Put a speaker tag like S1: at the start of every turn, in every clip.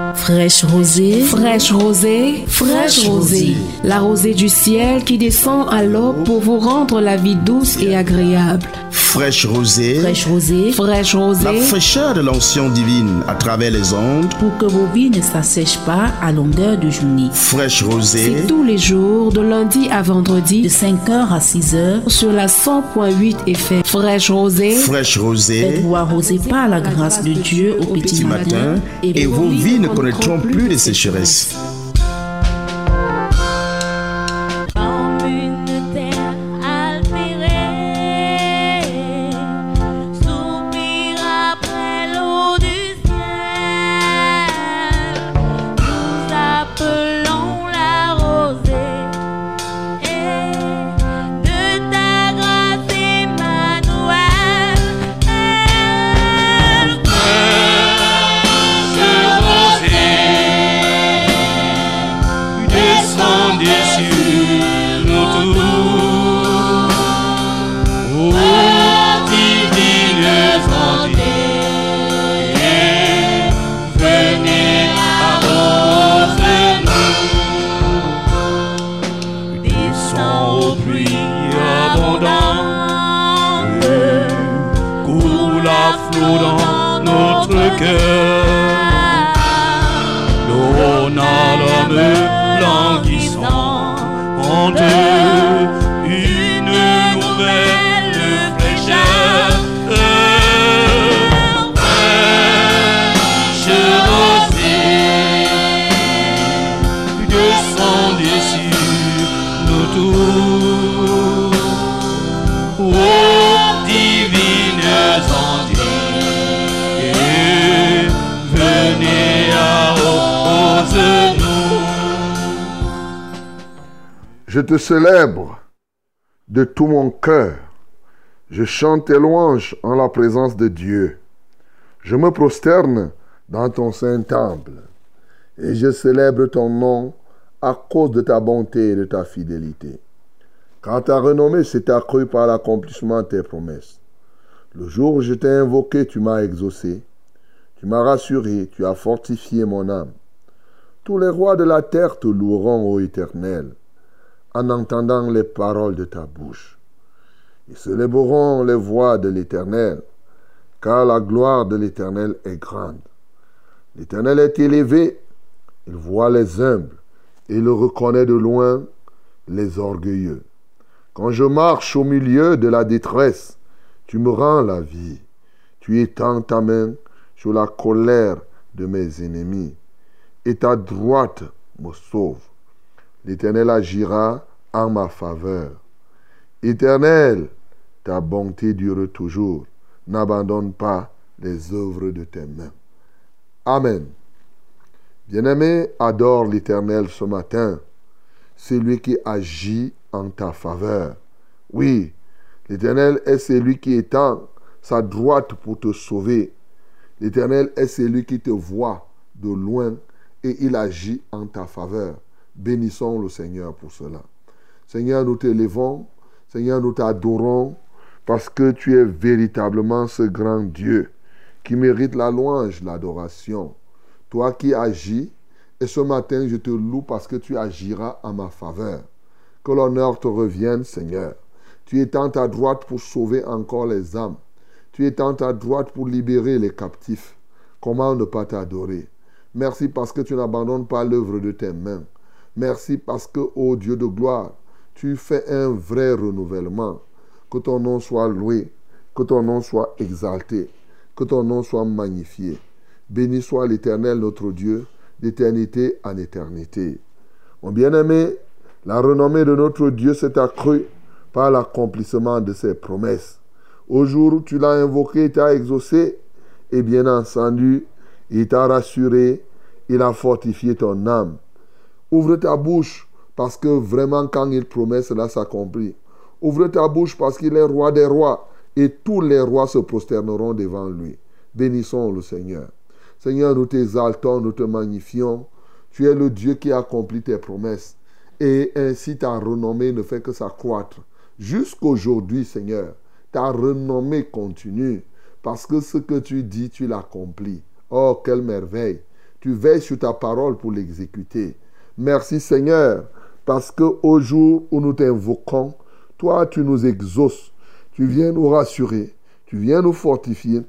S1: Fraîche rosée,
S2: fraîche rosée, fraîche rosée. La rosée du ciel qui descend à l'aube pour vous rendre la vie douce et agréable.
S3: Fraîche rosée,
S1: fraîche rosée,
S2: fraîche rosée.
S3: La fraîcheur de l'onction divine à travers les ondes
S1: pour que vos vies ne s'assèchent pas à longueur de journée.
S3: Fraîche rosée,
S2: c'est tous les jours de lundi à vendredi
S1: de 5h à 6h
S2: sur la 100.8 FM. Fraîche rosée,
S3: fraîche rosée.
S1: Faites-vous arroser par la grâce de Dieu au petit matin
S3: et vos vies ne connaîtront plus de sécheresse.
S4: Dans notre cœur, l'eau n'a l'homme languissante, une nouvelle fraîcheur. Fraîche rosée, descendez sur nous tous, ô divines ondes.
S5: Je te célèbre de tout mon cœur. Je chante tes louanges en la présence de Dieu. Je me prosterne dans ton saint temple et je célèbre ton nom à cause de ta bonté et de ta fidélité. Car ta renommée s'est accrue par l'accomplissement de tes promesses. Le jour où je t'ai invoqué, tu m'as exaucé. Tu m'as rassuré, tu as fortifié mon âme. Tous les rois de la terre te loueront, ô Éternel, en entendant les paroles de ta bouche. Ils célébreront les voies de l'Éternel, car la gloire de l'Éternel est grande. L'Éternel est élevé, il voit les humbles, et il reconnaît de loin les orgueilleux. Quand je marche au milieu de la détresse, tu me rends la vie. Tu étends ta main sur la colère de mes ennemis, et ta droite me sauve. L'Éternel agira en ma faveur. Éternel, ta bonté dure toujours. N'abandonne pas les œuvres de tes mains. Amen. Bien-aimé, adore l'Éternel ce matin. C'est lui qui agit en ta faveur. Oui, l'Éternel est celui qui étend sa droite pour te sauver. L'Éternel est celui qui te voit de loin et il agit en ta faveur. Bénissons le Seigneur pour cela. Seigneur, nous t'élevons. Seigneur, nous t'adorons parce que tu es véritablement ce grand Dieu qui mérite la louange, l'adoration. Toi qui agis, et ce matin, je te loue parce que tu agiras en ma faveur. Que l'honneur te revienne, Seigneur. Tu étends ta droite pour sauver encore les âmes. Tu étends ta droite pour libérer les captifs. Comment ne pas t'adorer? Merci parce que tu n'abandonnes pas l'œuvre de tes mains. Merci parce que, ô Dieu de gloire, tu fais un vrai renouvellement. Que ton nom soit loué, que ton nom soit exalté, que ton nom soit magnifié. Béni soit l'Éternel notre Dieu, d'éternité en éternité. Mon bien-aimé, la renommée de notre Dieu s'est accrue par l'accomplissement de ses promesses. Au jour où tu l'as invoqué, il t'a exaucé, et bien entendu, il t'a rassuré, il a fortifié ton âme. Ouvre ta bouche, parce que vraiment quand il promet, cela s'accomplit. Ouvre ta bouche parce qu'il est roi des rois, et tous les rois se prosterneront devant lui. Bénissons le Seigneur. Seigneur, nous t'exaltons, nous te magnifions. Tu es le Dieu qui accomplit tes promesses. Et ainsi ta renommée ne fait que s'accroître. Jusqu'aujourd'hui, Seigneur, ta renommée continue. Parce que ce que tu dis, tu l'accomplis. Oh, quelle merveille! Tu veilles sur ta parole pour l'exécuter. Merci Seigneur, parce qu'au jour où nous t'invoquons, toi tu nous exauces, tu viens nous rassurer, tu viens nous fortifier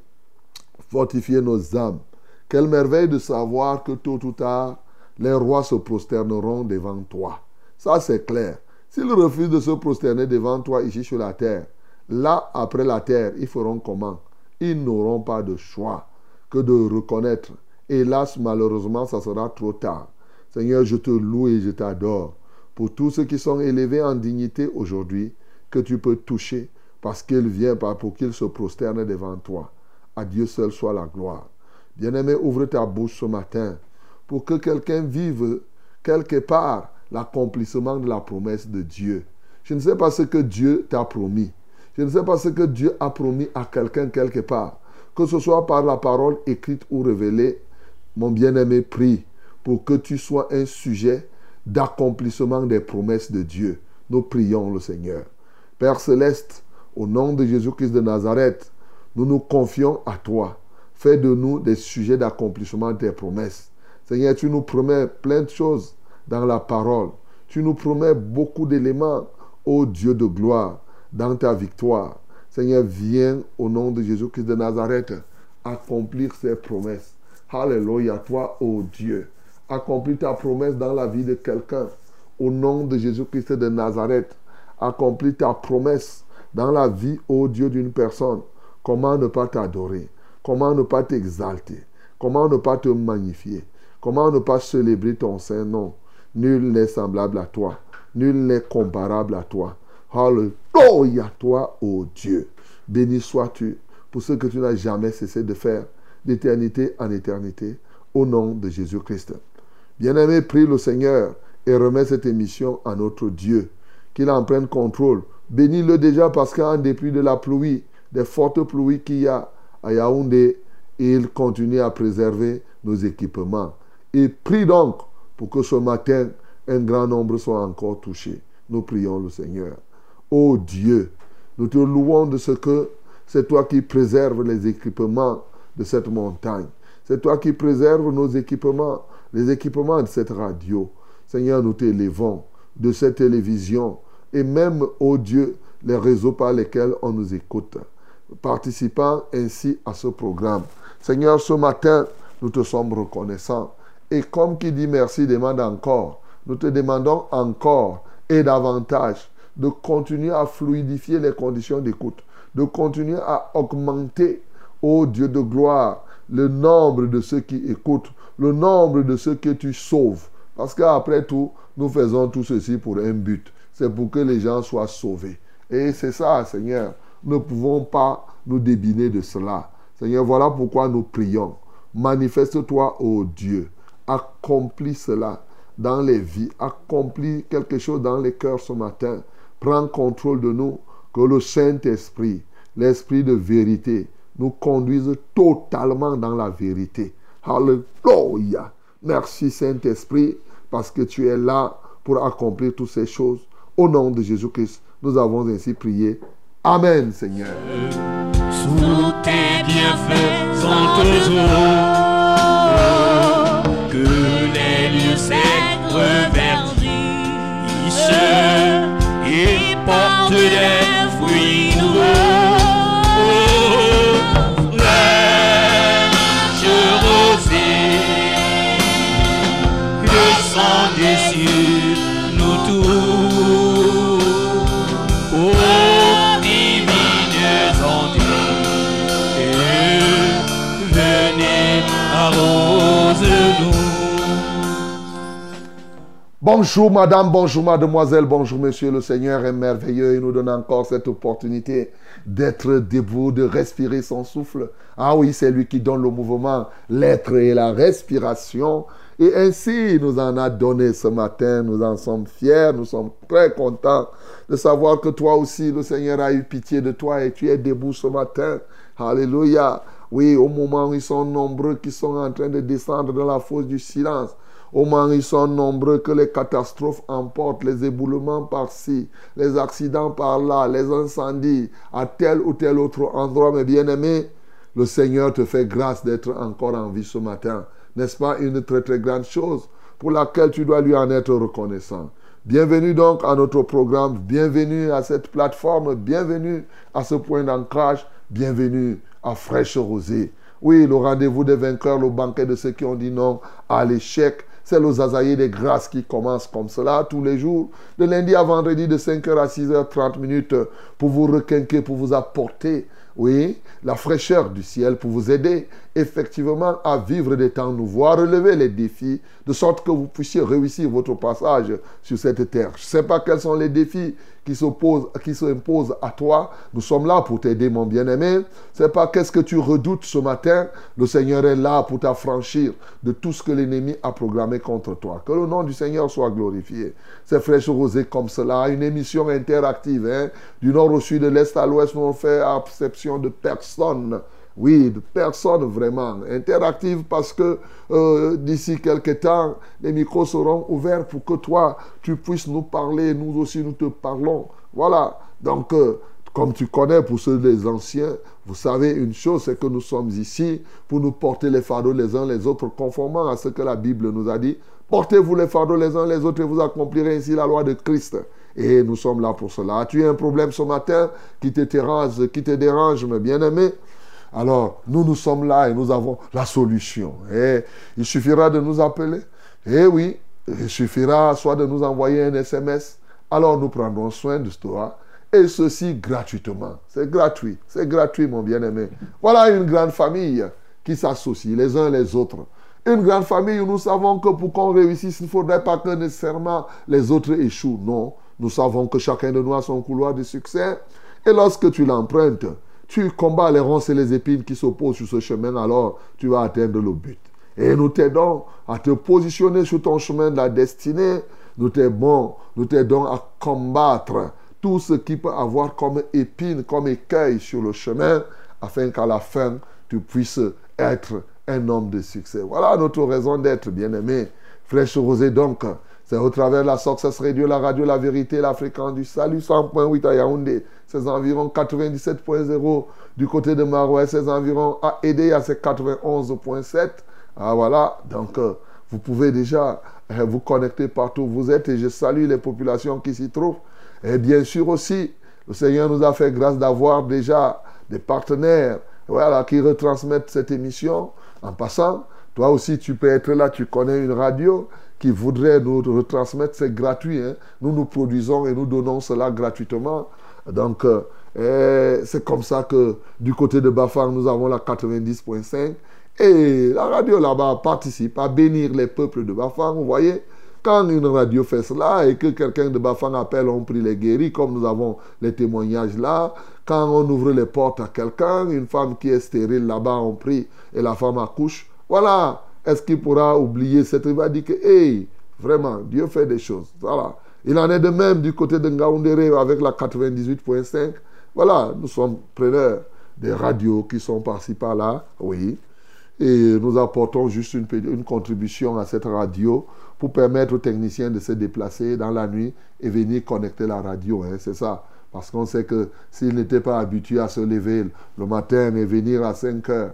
S5: nos âmes. Quelle merveille de savoir que tôt ou tard, les rois se prosterneront devant toi. Ça c'est clair. S'ils refusent de se prosterner devant toi ici sur la terre, là après la terre, ils feront comment? Ils n'auront pas de choix que de reconnaître. Hélas, malheureusement, ça sera trop tard. Seigneur, je te loue et je t'adore pour tous ceux qui sont élevés en dignité aujourd'hui, que tu peux toucher parce qu'ils viennent, pour qu'ils se prosternent devant toi. À Dieu seul soit la gloire. Bien-aimé, ouvre ta bouche ce matin pour que quelqu'un vive quelque part l'accomplissement de la promesse de Dieu. Je ne sais pas ce que Dieu t'a promis. Je ne sais pas ce que Dieu a promis à quelqu'un quelque part. Que ce soit par la parole écrite ou révélée, mon bien-aimé, prie pour que tu sois un sujet d'accomplissement des promesses de Dieu. Nous prions le Seigneur. Père Céleste, au nom de Jésus-Christ de Nazareth, nous nous confions à toi. Fais de nous des sujets d'accomplissement des promesses. Seigneur, tu nous promets plein de choses dans la parole. Tu nous promets beaucoup d'éléments, ô Dieu de gloire, dans ta victoire. Seigneur, viens au nom de Jésus-Christ de Nazareth accomplir ces promesses. Alléluia, toi, ô Dieu. Accomplis ta promesse dans la vie de quelqu'un. Au nom de Jésus-Christ de Nazareth, accomplis ta promesse dans la vie, ô Dieu, d'une personne. Comment ne pas t'adorer? Comment ne pas t'exalter? Comment ne pas te magnifier? Comment ne pas célébrer ton saint nom? Nul n'est semblable à toi. Nul n'est comparable à toi. Alléluia, toi, ô Dieu. Béni sois-tu pour ce que tu n'as jamais cessé de faire d'éternité en éternité, au nom de Jésus-Christ. Bien-aimé, prie le Seigneur et remets cette émission à notre Dieu, qu'il en prenne contrôle. Bénis-le déjà parce qu'en dépit de la pluie, des fortes pluies qu'il y a à Yaoundé, il continue à préserver nos équipements. Et prie donc pour que ce matin, un grand nombre soit encore touché. Nous prions le Seigneur. Ô Dieu, nous te louons de ce que c'est toi qui préserves les équipements de cette montagne. C'est toi qui préserves nos équipements, les équipements de cette radio. Seigneur, nous t'élevons de cette télévision et même, ô Dieu, les réseaux par lesquels on nous écoute, participant ainsi à ce programme. Seigneur, ce matin, nous te sommes reconnaissants. Et comme qui dit merci, demande encore. Nous te demandons encore et davantage de continuer à fluidifier les conditions d'écoute, de continuer à augmenter, ô Dieu de gloire, le nombre de ceux qui écoutent, le nombre de ceux que tu sauves. Parce qu'après tout, nous faisons tout ceci pour un but. C'est pour que les gens soient sauvés. Et c'est ça, Seigneur. Nous ne pouvons pas nous débiner de cela. Seigneur, voilà pourquoi nous prions. Manifeste-toi, ô Dieu. Accomplis cela dans les vies. Accomplis quelque chose dans les cœurs ce matin. Prends contrôle de nous. Que le Saint-Esprit, l'Esprit de vérité, nous conduise totalement dans la vérité. Alléluia. Merci Saint-Esprit, parce que tu es là pour accomplir toutes ces choses. Au nom de Jésus-Christ, nous avons ainsi prié. Amen, Seigneur.
S4: Sous tes bienfaits sont toujours que les lieux secs reverdissent et portent des fruits nouveaux. Dessus nous tous, ô divines ondes, venez arrose-nous.
S5: Bonjour madame, bonjour mademoiselle, bonjour monsieur. Le Seigneur est merveilleux et nous donne encore cette opportunité d'être debout, de respirer son souffle. Ah oui, c'est lui qui donne le mouvement, l'être et la respiration. Et ainsi, il nous en a donné ce matin. Nous en sommes fiers, nous sommes très contents de savoir que toi aussi, le Seigneur a eu pitié de toi et tu es debout ce matin. Alléluia. Oui, au moment où ils sont nombreux qui sont en train de descendre dans la fosse du silence, au moment où ils sont nombreux que les catastrophes emportent, les éboulements par-ci, les accidents par-là, les incendies à tel ou tel autre endroit, mes bien-aimés, le Seigneur te fait grâce d'être encore en vie ce matin. n'est-ce pas, une très très grande chose pour laquelle tu dois lui en être reconnaissant. Bienvenue donc à notre programme, bienvenue à cette plateforme, bienvenue à ce point d'ancrage, bienvenue à Fraîche Rosée. Oui, le rendez-vous des vainqueurs, le banquet de ceux qui ont dit non à l'échec. C'est le Zazaïe des grâces qui commence comme cela tous les jours, de lundi à vendredi de 5h à 6h30 pour vous requinquer, pour vous apporter, oui, la fraîcheur du ciel, pour vous aider effectivement à vivre des temps nouveaux, à relever les défis, de sorte que vous puissiez réussir votre passage sur cette terre. Je ne sais pas quels sont les défis qui s'imposent à toi. Nous sommes là pour t'aider, mon bien-aimé. Je ne sais pas qu'est-ce que tu redoutes ce matin. Le Seigneur est là pour t'affranchir de tout ce que l'ennemi a programmé contre toi. Que le nom du Seigneur soit glorifié. C'est Fraîche Rosée comme cela, une émission interactive, du nord au sud, de l'est à l'ouest. Nous on fait exception de personne. Oui, de personnes vraiment interactives parce que d'ici quelques temps, les micros seront ouverts pour que toi, tu puisses nous parler, nous aussi nous te parlons. Voilà, donc comme tu connais pour ceux des anciens, vous savez une chose, c'est que nous sommes ici pour nous porter les fardeaux les uns les autres, conformément à ce que la Bible nous a dit. Portez-vous les fardeaux les uns les autres et vous accomplirez ainsi la loi de Christ. Et nous sommes là pour cela. As-tu un problème ce matin qui te dérange, mes bien-aimés? Alors, nous sommes là et nous avons la solution. Et il suffira de nous appeler. Et oui, il suffira soit de nous envoyer un SMS. Alors, nous prendrons soin de toi. Et ceci gratuitement. C'est gratuit, mon bien-aimé. Voilà une grande famille qui s'associe les uns les autres. Une grande famille où nous savons que pour qu'on réussisse, il ne faudrait pas que nécessairement les autres échouent. Non, nous savons que chacun de nous a son couloir de succès. Et lorsque tu l'empruntes, tu combats les ronces et les épines qui s'opposent sur ce chemin, alors tu vas atteindre le but. Et nous t'aidons à te positionner sur ton chemin de la destinée. Nous t'aidons à combattre tout ce qui peut avoir comme épine, comme écueil sur le chemin, afin qu'à la fin, tu puisses être un homme de succès. Voilà notre raison d'être, bien-aimé. Fraîche Rosée donc, c'est au travers de la Success Radio, la radio, la vérité, la fréquence du salut, 100.8 à Yaoundé, c'est environ 97.0 du côté de Maroua, c'est environ à aider à ces 91.7. Ah voilà, donc vous pouvez déjà vous connecter partout où vous êtes et je salue les populations qui s'y trouvent. Et bien sûr aussi, le Seigneur nous a fait grâce d'avoir déjà des partenaires, voilà, qui retransmettent cette émission. En passant, toi aussi tu peux être là, tu connais une radio qui voudrait nous retransmettre, c'est gratuit. Nous produisons et nous donnons cela gratuitement. Donc, c'est comme ça que du côté de Bafang, nous avons la 90.5. Et la radio là-bas participe à bénir les peuples de Bafang. Vous voyez, quand une radio fait cela et que quelqu'un de Bafang appelle, on prie les guéris, comme nous avons les témoignages là. Quand on ouvre les portes à quelqu'un, une femme qui est stérile là-bas, on prie et la femme accouche. Voilà. Est-ce qu'il pourra oublier cette... Il va dire que, hey, vraiment, Dieu fait des choses. Voilà. Il en est de même du côté de Ngaoundéré avec la 98.5. Voilà, nous sommes preneurs des radios qui sont par-ci par-là, oui. Et nous apportons juste une contribution à cette radio pour permettre aux techniciens de se déplacer dans la nuit et venir connecter la radio. C'est ça. Parce qu'on sait que s'ils n'étaient pas habitués à se lever le matin et venir à 5 heures,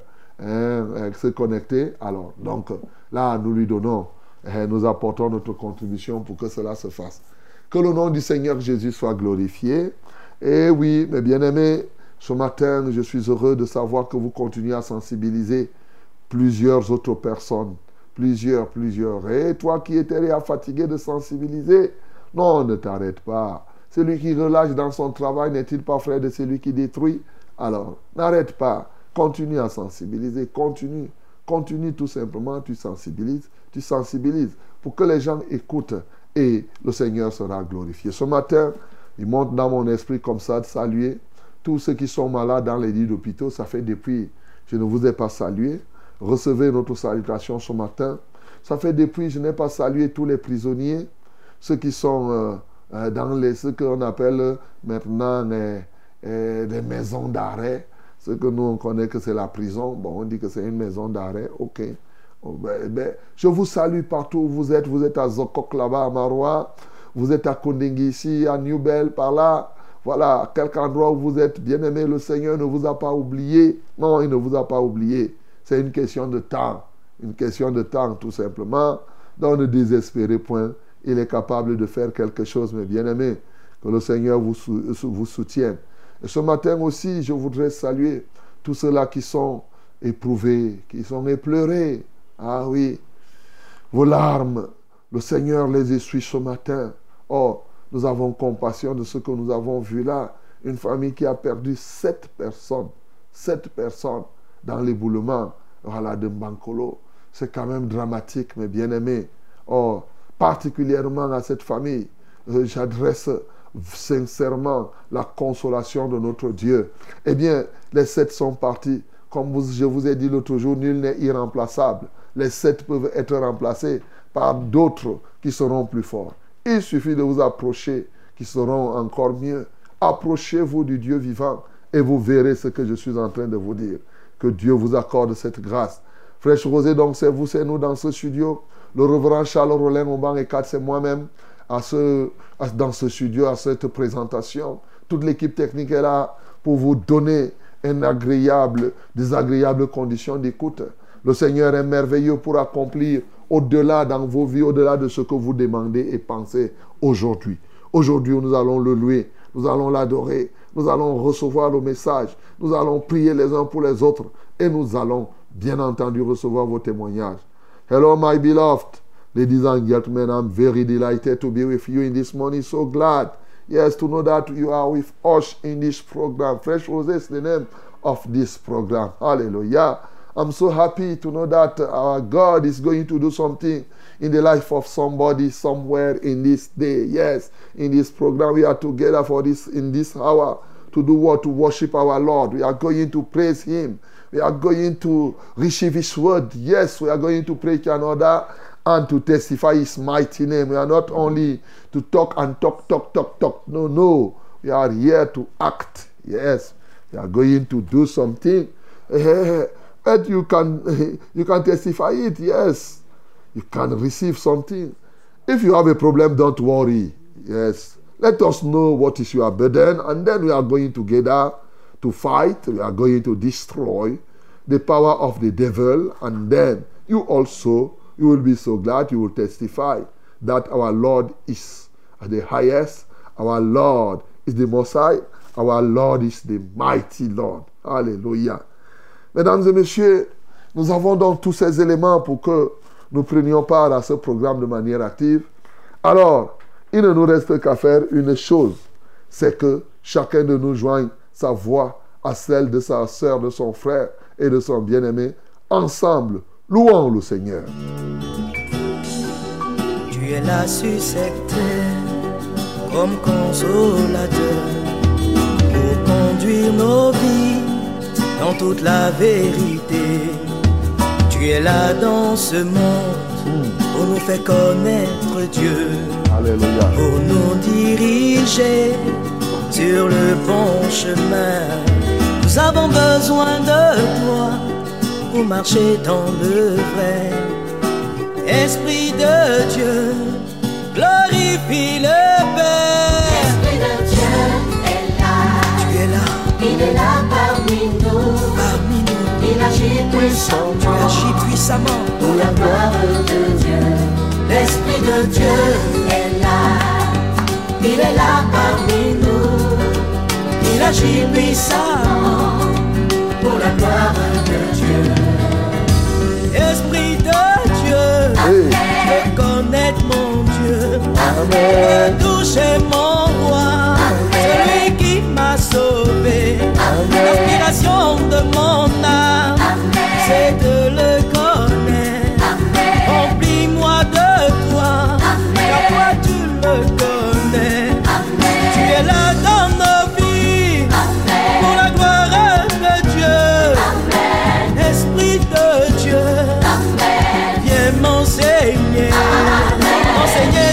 S5: se connecter, alors donc là nous lui donnons, nous apportons notre contribution pour que cela se fasse. Que le nom du Seigneur Jésus soit glorifié. Et oui, mes bien-aimés, ce matin je suis heureux de savoir que vous continuez à sensibiliser plusieurs autres personnes, plusieurs. Et toi qui étais déjà fatigué de sensibiliser, non, ne t'arrête pas. Celui qui relâche dans son travail n'est-il pas frère de celui qui détruit? Alors n'arrête pas. Continue à sensibiliser, continue tout simplement, tu sensibilises pour que les gens écoutent et le Seigneur sera glorifié. Ce matin, il monte dans mon esprit comme ça de saluer tous ceux qui sont malades dans les lits d'hôpitaux. Ça fait depuis, je ne vous ai pas salué. Recevez notre salutation ce matin. Ça fait depuis, je n'ai pas salué tous les prisonniers, ceux qui sont dans ce qu'on appelle maintenant des maisons d'arrêt. Ce que nous, on connaît que c'est la prison. Bon, on dit que c'est une maison d'arrêt. OK. Je vous salue partout où vous êtes. Vous êtes à Zokok, là-bas, à Maroua. Vous êtes à Kondingi, ici, à Newbell, par là. Voilà, à quelque endroit où vous êtes. Bien-aimé, le Seigneur ne vous a pas oublié. Non, il ne vous a pas oublié. C'est une question de temps. une question de temps tout simplement. Donc ne désespérez point, il est capable de faire quelque chose, mes bien-aimés. Que le Seigneur vous soutienne. Et ce matin aussi, je voudrais saluer tous ceux-là qui sont éprouvés, qui sont épleurés. Ah oui, vos larmes, le Seigneur les essuie ce matin. Oh, nous avons compassion de ce que nous avons vu là. Une famille qui a perdu 7 personnes. 7 personnes dans l'éboulement, voilà, de Mbankolo. C'est quand même dramatique, mes bien-aimés. Oh, particulièrement à cette famille, j'adresse sincèrement la consolation de notre Dieu. Eh bien, les 7 sont partis. Comme je vous ai dit l'autre jour, nul n'est irremplaçable. Les 7 peuvent être remplacés par d'autres qui seront plus forts. Il suffit de vous approcher, qui seront encore mieux. Approchez-vous du Dieu vivant et vous verrez ce que je suis en train de vous dire. Que Dieu vous accorde cette grâce. Fraîche Rosée, donc c'est vous, c'est nous dans ce studio. Le révérend Charles Rollin au banc et 4, c'est moi-même dans ce studio, à cette présentation. Toute l'équipe technique est là pour vous donner des agréables conditions d'écoute. Le Seigneur est merveilleux pour accomplir au-delà dans vos vies, au-delà de ce que vous demandez et pensez aujourd'hui. Aujourd'hui, nous allons le louer, nous allons l'adorer, nous allons recevoir le message, nous allons prier les uns pour les autres et nous allons bien entendu recevoir vos témoignages. Hello, my beloved. Ladies and gentlemen, I'm very delighted to be with you in this morning. So glad, yes, to know that you are with us in this program. Fresh Rosé is the name of this program. Hallelujah. I'm so happy to know that our God is going to do something in the life of somebody somewhere in this day. Yes, in this program we are together in this hour to do what? To worship our Lord. We are going to praise Him. We are going to receive His word. Yes, we are going to preach another and to testify His mighty name. We are not only to talk and talk. No. We are here to act. Yes, we are going to do something. But you can testify it. Yes, you can receive something. If you have a problem, don't worry. Yes, let us know what is your burden, and then we are going together to fight. We are going to destroy the power of the devil, and then you will be so glad, you will testify that our Lord is the highest, our Lord is the Most High, our Lord is the mighty Lord. Alléluia. Mesdames et messieurs, nous avons donc tous ces éléments pour que nous prenions part à ce programme de manière active. Alors, il ne nous reste qu'à faire une chose, c'est que chacun de nous joigne sa voix à celle de sa sœur, de son frère et de son bien-aimé. Ensemble, louons le Seigneur.
S6: Tu es là sur cette terre comme consolateur pour conduire nos vies dans toute la vérité. Tu es là dans ce monde pour nous faire connaître Dieu.
S5: Alléluia.
S6: Pour nous diriger sur le bon chemin. Nous avons besoin de toi pour marcher dans le vrai. Esprit de Dieu, glorifie le Père.
S7: L'Esprit de Dieu est là.
S6: Tu es là.
S7: Il est là parmi nous.
S6: Parmi nous.
S7: Il agit puissamment.
S6: Tu agis puissamment.
S7: Pour la gloire de Dieu. L'Esprit de Dieu est là. Il est là parmi nous. Il agit puissamment. Pour la gloire de Dieu.
S6: Esprit de Dieu, je veux connaître mon Dieu.
S5: Amen.
S6: Je veux toucher mon roi, celui qui m'a sauvé. L'inspiration de mon âme, c'est de le connaître. Remplis-moi de toi, car toi tu le connais. Tu es là dans nos vies, pour la gloire de Dieu. Esprit de Dieu, viens m'enseigner, m'enseigner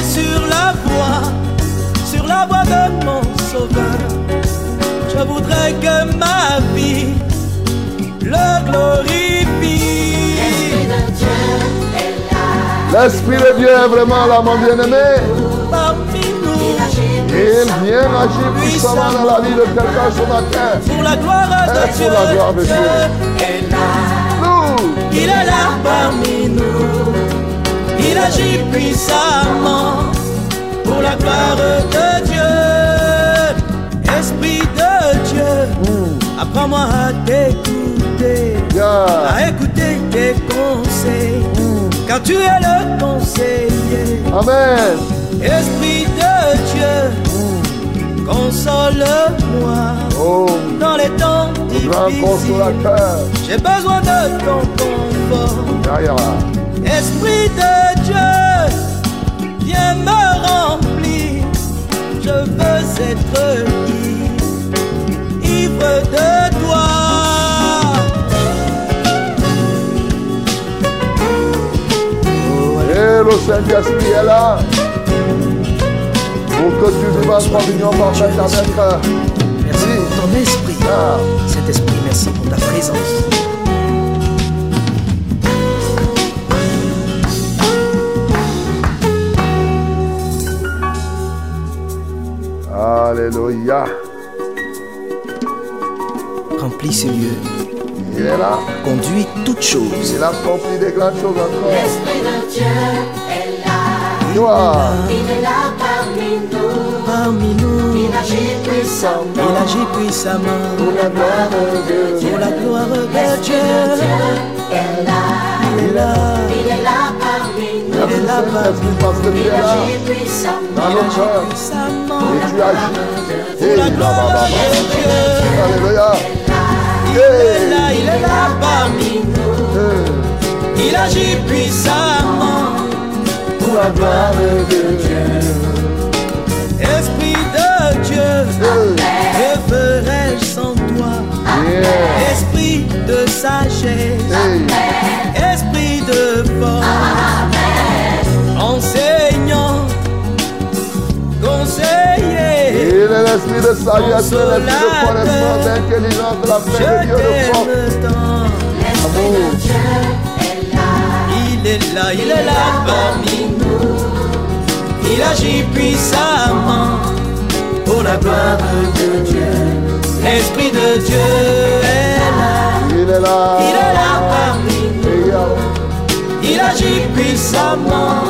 S6: sur la voie de mon Sauveur. Je voudrais que ma vie le glorifie.
S7: L'Esprit de Dieu est là.
S5: L'Esprit de Dieu est vraiment là, mon bien-aimé.
S6: Parmi nous,
S5: Il vient agir puissamment dans la vie de quelqu'un ce matin.
S6: pour la gloire de
S5: Et
S6: Dieu,
S5: pour la gloire de Dieu.
S6: est là.
S5: Nous,
S6: il est là parmi nous. Il agit puissamment pour la gloire de Dieu. Esprit de Dieu, apprends-moi à t'écouter, à écouter tes conseils, car tu es le conseiller.
S5: Amen.
S6: Esprit de Dieu, console-moi dans les temps difficiles. J'ai besoin de ton confort. Esprit de Dieu, viens me remplir. Je veux être ivre de toi.
S5: Et le Saint-Esprit est là pour que tu vives en communion parfaite avec.
S6: Merci pour ton esprit. Saint-Esprit, merci pour ta présence.
S5: Alléluia.
S6: Remplis ce lieu.
S5: Il est là.
S6: Conduis toutes choses.
S5: Il a accompli des grandes choses encore.
S7: L'Esprit de Dieu est là.
S5: Gloire.
S7: Il est là parmi nous.
S6: Parmi nous.
S7: Il agit puissamment.
S6: Il agit puissamment.
S7: Pour la gloire de Dieu.
S6: Pour la gloire de Dieu.
S7: Dieu est là.
S6: Il est là.
S7: Il est là parmi nous.
S6: Il est là parmi nous.
S5: Parce que tu es
S7: Il
S5: là
S7: agit puissamment.
S5: dans nos cœurs.
S6: Puissamment.
S5: Et tu agis.
S6: Pour la gloire de Dieu.
S5: Alléluia.
S6: Il est là parmi nous. Il agit puissamment
S5: Pour la gloire de Dieu.
S6: Esprit de Dieu, que ferais-je sans toi? Esprit de sagesse, esprit de force, enseignant, conseiller.
S5: Il est l'esprit de sagesse, l'esprit de connaissance, d'intelligence, de la paix de Dieu, de force. Amour.
S6: Il est là parmi nous. Il agit puissamment pour la gloire de Dieu. L'Esprit de Dieu est là.
S5: Il est là.
S6: Il est là parmi nous. Il agit puissamment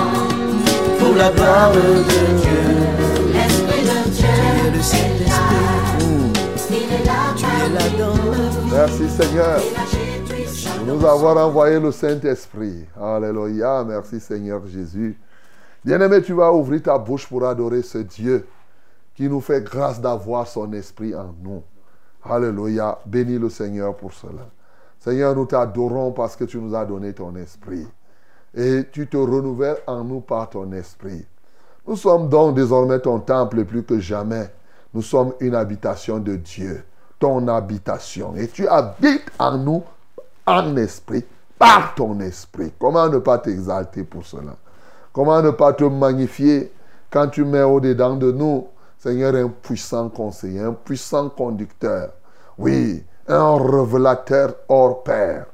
S6: pour la gloire de Dieu.
S7: L'Esprit de Dieu
S6: Tu es le Saint-Esprit.
S7: il est là
S6: Tu es là dans ma vie.
S5: Merci Seigneur.
S7: Il agit puissamment.
S5: Pour nous avoir envoyé le Saint-Esprit. Alléluia. Merci Seigneur Jésus. Bien-aimé, tu vas ouvrir ta bouche pour adorer ce Dieu qui nous fait grâce d'avoir son esprit en nous. Alléluia. Bénis le Seigneur pour cela. Seigneur, nous t'adorons parce que tu nous as donné ton esprit. Et tu te renouvelles en nous par ton esprit. Nous sommes donc désormais ton temple plus que jamais. Nous sommes une habitation de Dieu. Ton habitation. Et tu habites en nous en esprit, par ton esprit. Comment ne pas t'exalter pour cela? Comment ne pas te magnifier quand tu mets au-dedans de nous, Seigneur, un puissant conseiller, un puissant conducteur. Oui, un révélateur hors pair.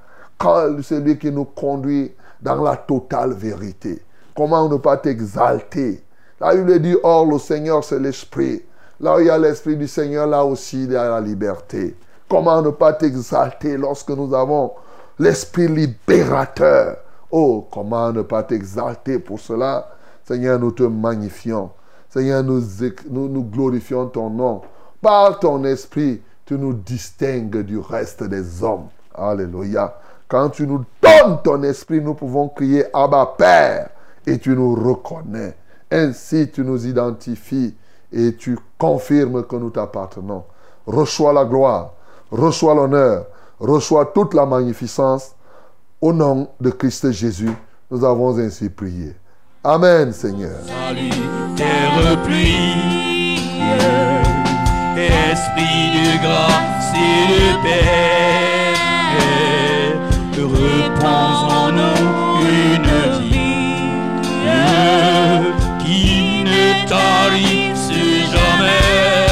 S5: Celui qui nous conduit dans la totale vérité. Comment ne pas t'exalter? Là, il est dit, or, le Seigneur, c'est l'esprit. Là où il y a l'esprit du Seigneur, là aussi, il y a la liberté. Comment ne pas t'exalter lorsque nous avons l'esprit libérateur? Oh, comment ne pas t'exalter pour cela? Seigneur, nous te magnifions. Seigneur, nous glorifions ton nom. Par ton esprit, tu nous distingues du reste des hommes. Alléluia. Quand tu nous donnes ton esprit, nous pouvons crier Abba Père et tu nous reconnais. Ainsi, tu nous identifies et tu confirmes que nous t'appartenons. Reçois la gloire, reçois l'honneur, reçois toute la magnificence. Au nom de Christ Jésus, nous avons ainsi prié. Amen, Seigneur.
S4: Salut, terre pluie, esprit de grâce et de paix, repose en nous une vie qui ne tarisse jamais.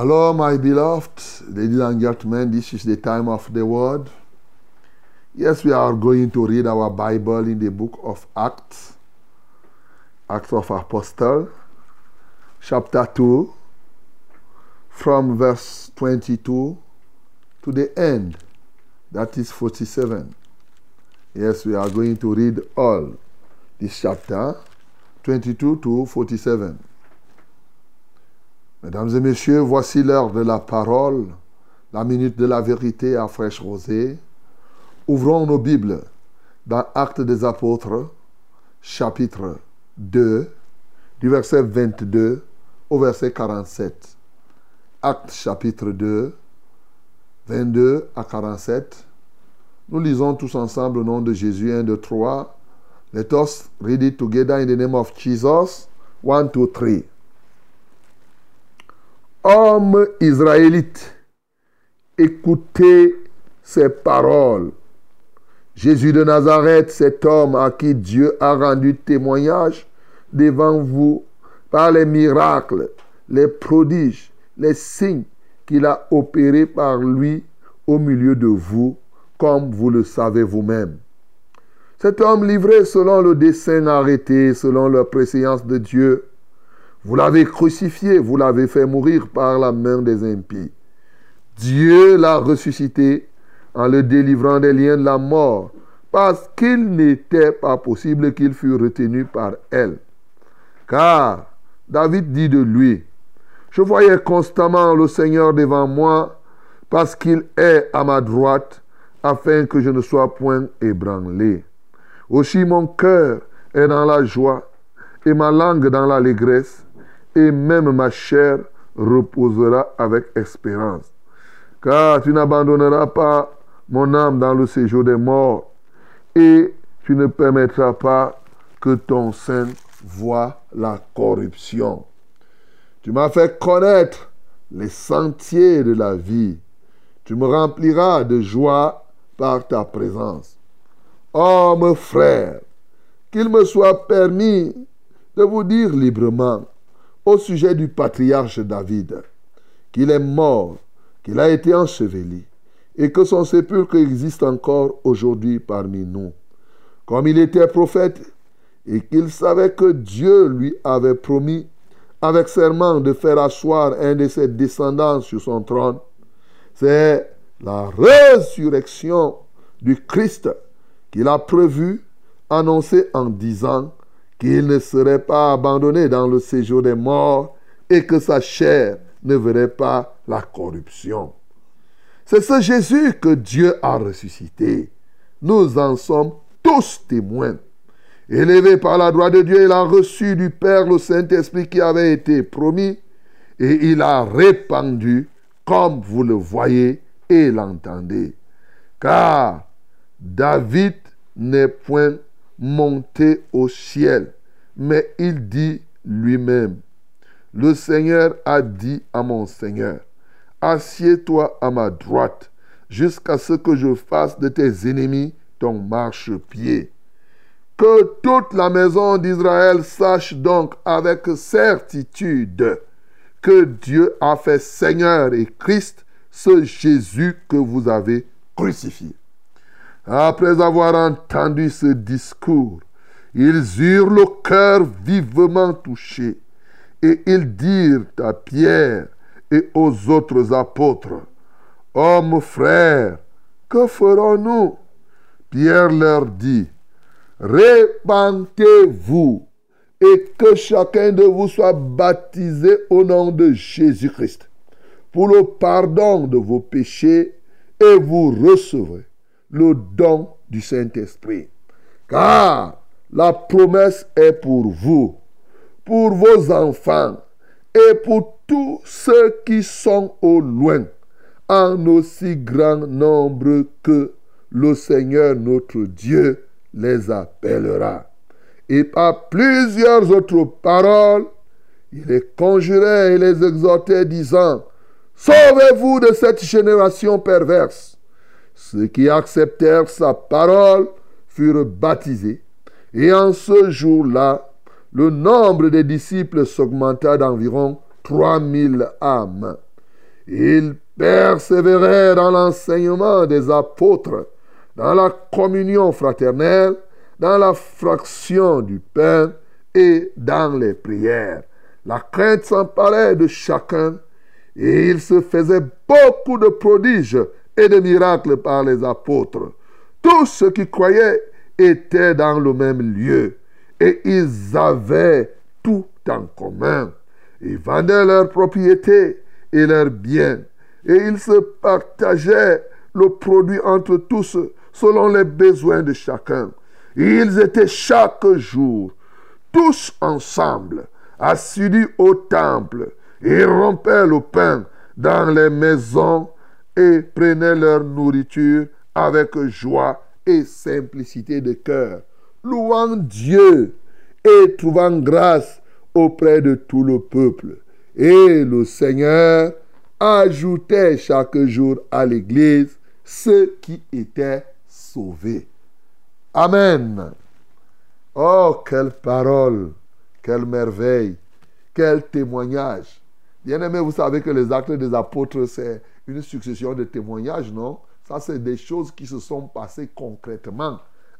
S5: Hello, my beloved, ladies and gentlemen, this is the time of the word. Yes, we are going to read our Bible in the book of Acts, Acts of Apostles, chapter 2, from verse 22 to the end, that is 47. Yes, we are going to read all this chapter, 22 to 47. Mesdames et messieurs, voici l'heure de la parole, la minute de la vérité à fraîche rosée. Ouvrons nos Bibles dans Actes des Apôtres, chapitre 2, du verset 22 au verset 47. Actes chapitre 2, 22 à 47. Nous lisons tous ensemble au nom de Jésus, 1, 2, 3. Let us read it together in the name of Jesus. 1, 2, 3. Hommes israélites, écoutez ces paroles. Jésus de Nazareth, cet homme à qui Dieu a rendu témoignage devant vous par les miracles, les prodiges, les signes qu'il a opérés par lui au milieu de vous, comme vous le savez vous-même. Cet homme livré selon le dessein arrêté, selon la préséance de Dieu, vous l'avez crucifié, vous l'avez fait mourir par la main des impies. Dieu l'a ressuscité en le délivrant des liens de la mort, parce qu'il n'était pas possible qu'il fût retenu par elle. Car David dit de lui, « Je voyais constamment le Seigneur devant moi, parce qu'il est à ma droite, afin que je ne sois point ébranlé. Aussi mon cœur est dans la joie, et ma langue dans l'allégresse, et même ma chair reposera avec espérance. Car tu n'abandonneras pas mon âme dans le séjour des morts, et tu ne permettras pas que ton sein voie la corruption. Tu m'as fait connaître les sentiers de la vie. Tu me rempliras de joie par ta présence. Oh, mes frères, qu'il me soit permis de vous dire librement au sujet du patriarche David, qu'il est mort, qu'il a été enseveli, et que son sépulcre existe encore aujourd'hui parmi nous. Comme il était prophète, et qu'il savait que Dieu lui avait promis, avec serment, de faire asseoir un de ses descendants sur son trône, c'est la résurrection du Christ qu'il a prévu, annoncé en disant qu'il ne serait pas abandonné dans le séjour des morts et que sa chair ne verrait pas la corruption. C'est ce Jésus que Dieu a ressuscité. Nous en sommes tous témoins. Élevé par la droite de Dieu, il a reçu du Père le Saint-Esprit qui avait été promis et il a répandu comme vous le voyez et l'entendez. Car David n'est point monté au ciel, mais il dit lui-même, le Seigneur a dit à mon Seigneur, assieds-toi à ma droite, jusqu'à ce que je fasse de tes ennemis ton marchepied. Que toute la maison d'Israël sache donc avec certitude que Dieu a fait Seigneur et Christ ce Jésus que vous avez crucifié. Après avoir entendu ce discours, ils eurent le cœur vivement touché et ils dirent à Pierre et aux autres apôtres, « Hommes frères, que ferons-nous » Pierre leur dit, « Répentez-vous et que chacun de vous soit baptisé au nom de Jésus-Christ pour le pardon de vos péchés et vous recevrez le don du Saint-Esprit. Car la promesse est pour vous, pour vos enfants et pour tous ceux qui sont au loin, en aussi grand nombre que le Seigneur notre Dieu les appellera. » Et par plusieurs autres paroles, il les conjurait et les exhortait, disant, « Sauvez-vous de cette génération perverse. » Ceux qui acceptèrent sa parole furent baptisés. Et en ce jour-là, le nombre des disciples s'augmenta d'environ 3000 âmes. Ils persévérèrent dans l'enseignement des apôtres, dans la communion fraternelle, dans la fraction du pain et dans les prières. La crainte s'emparait de chacun et il se faisait beaucoup de prodiges et de miracles par les apôtres. Tous ceux qui croyaient étaient dans le même lieu et ils avaient tout en commun. Ils vendaient leurs propriétés et leurs biens et ils se partageaient le produit entre tous selon les besoins de chacun. Ils étaient chaque jour tous ensemble, assidus au temple. Ils rompaient le pain dans les maisons et prenaient leur nourriture avec joie et simplicité de cœur, louant Dieu et trouvant grâce auprès de tout le peuple. Et le Seigneur ajoutait chaque jour à l'Église ceux qui étaient sauvés. Amen. Oh, quelle parole, quelle merveille, quel témoignage. Bien-aimés, vous savez que les actes des apôtres, c'est une succession de témoignages, non? Ça, c'est des choses qui se sont passées concrètement.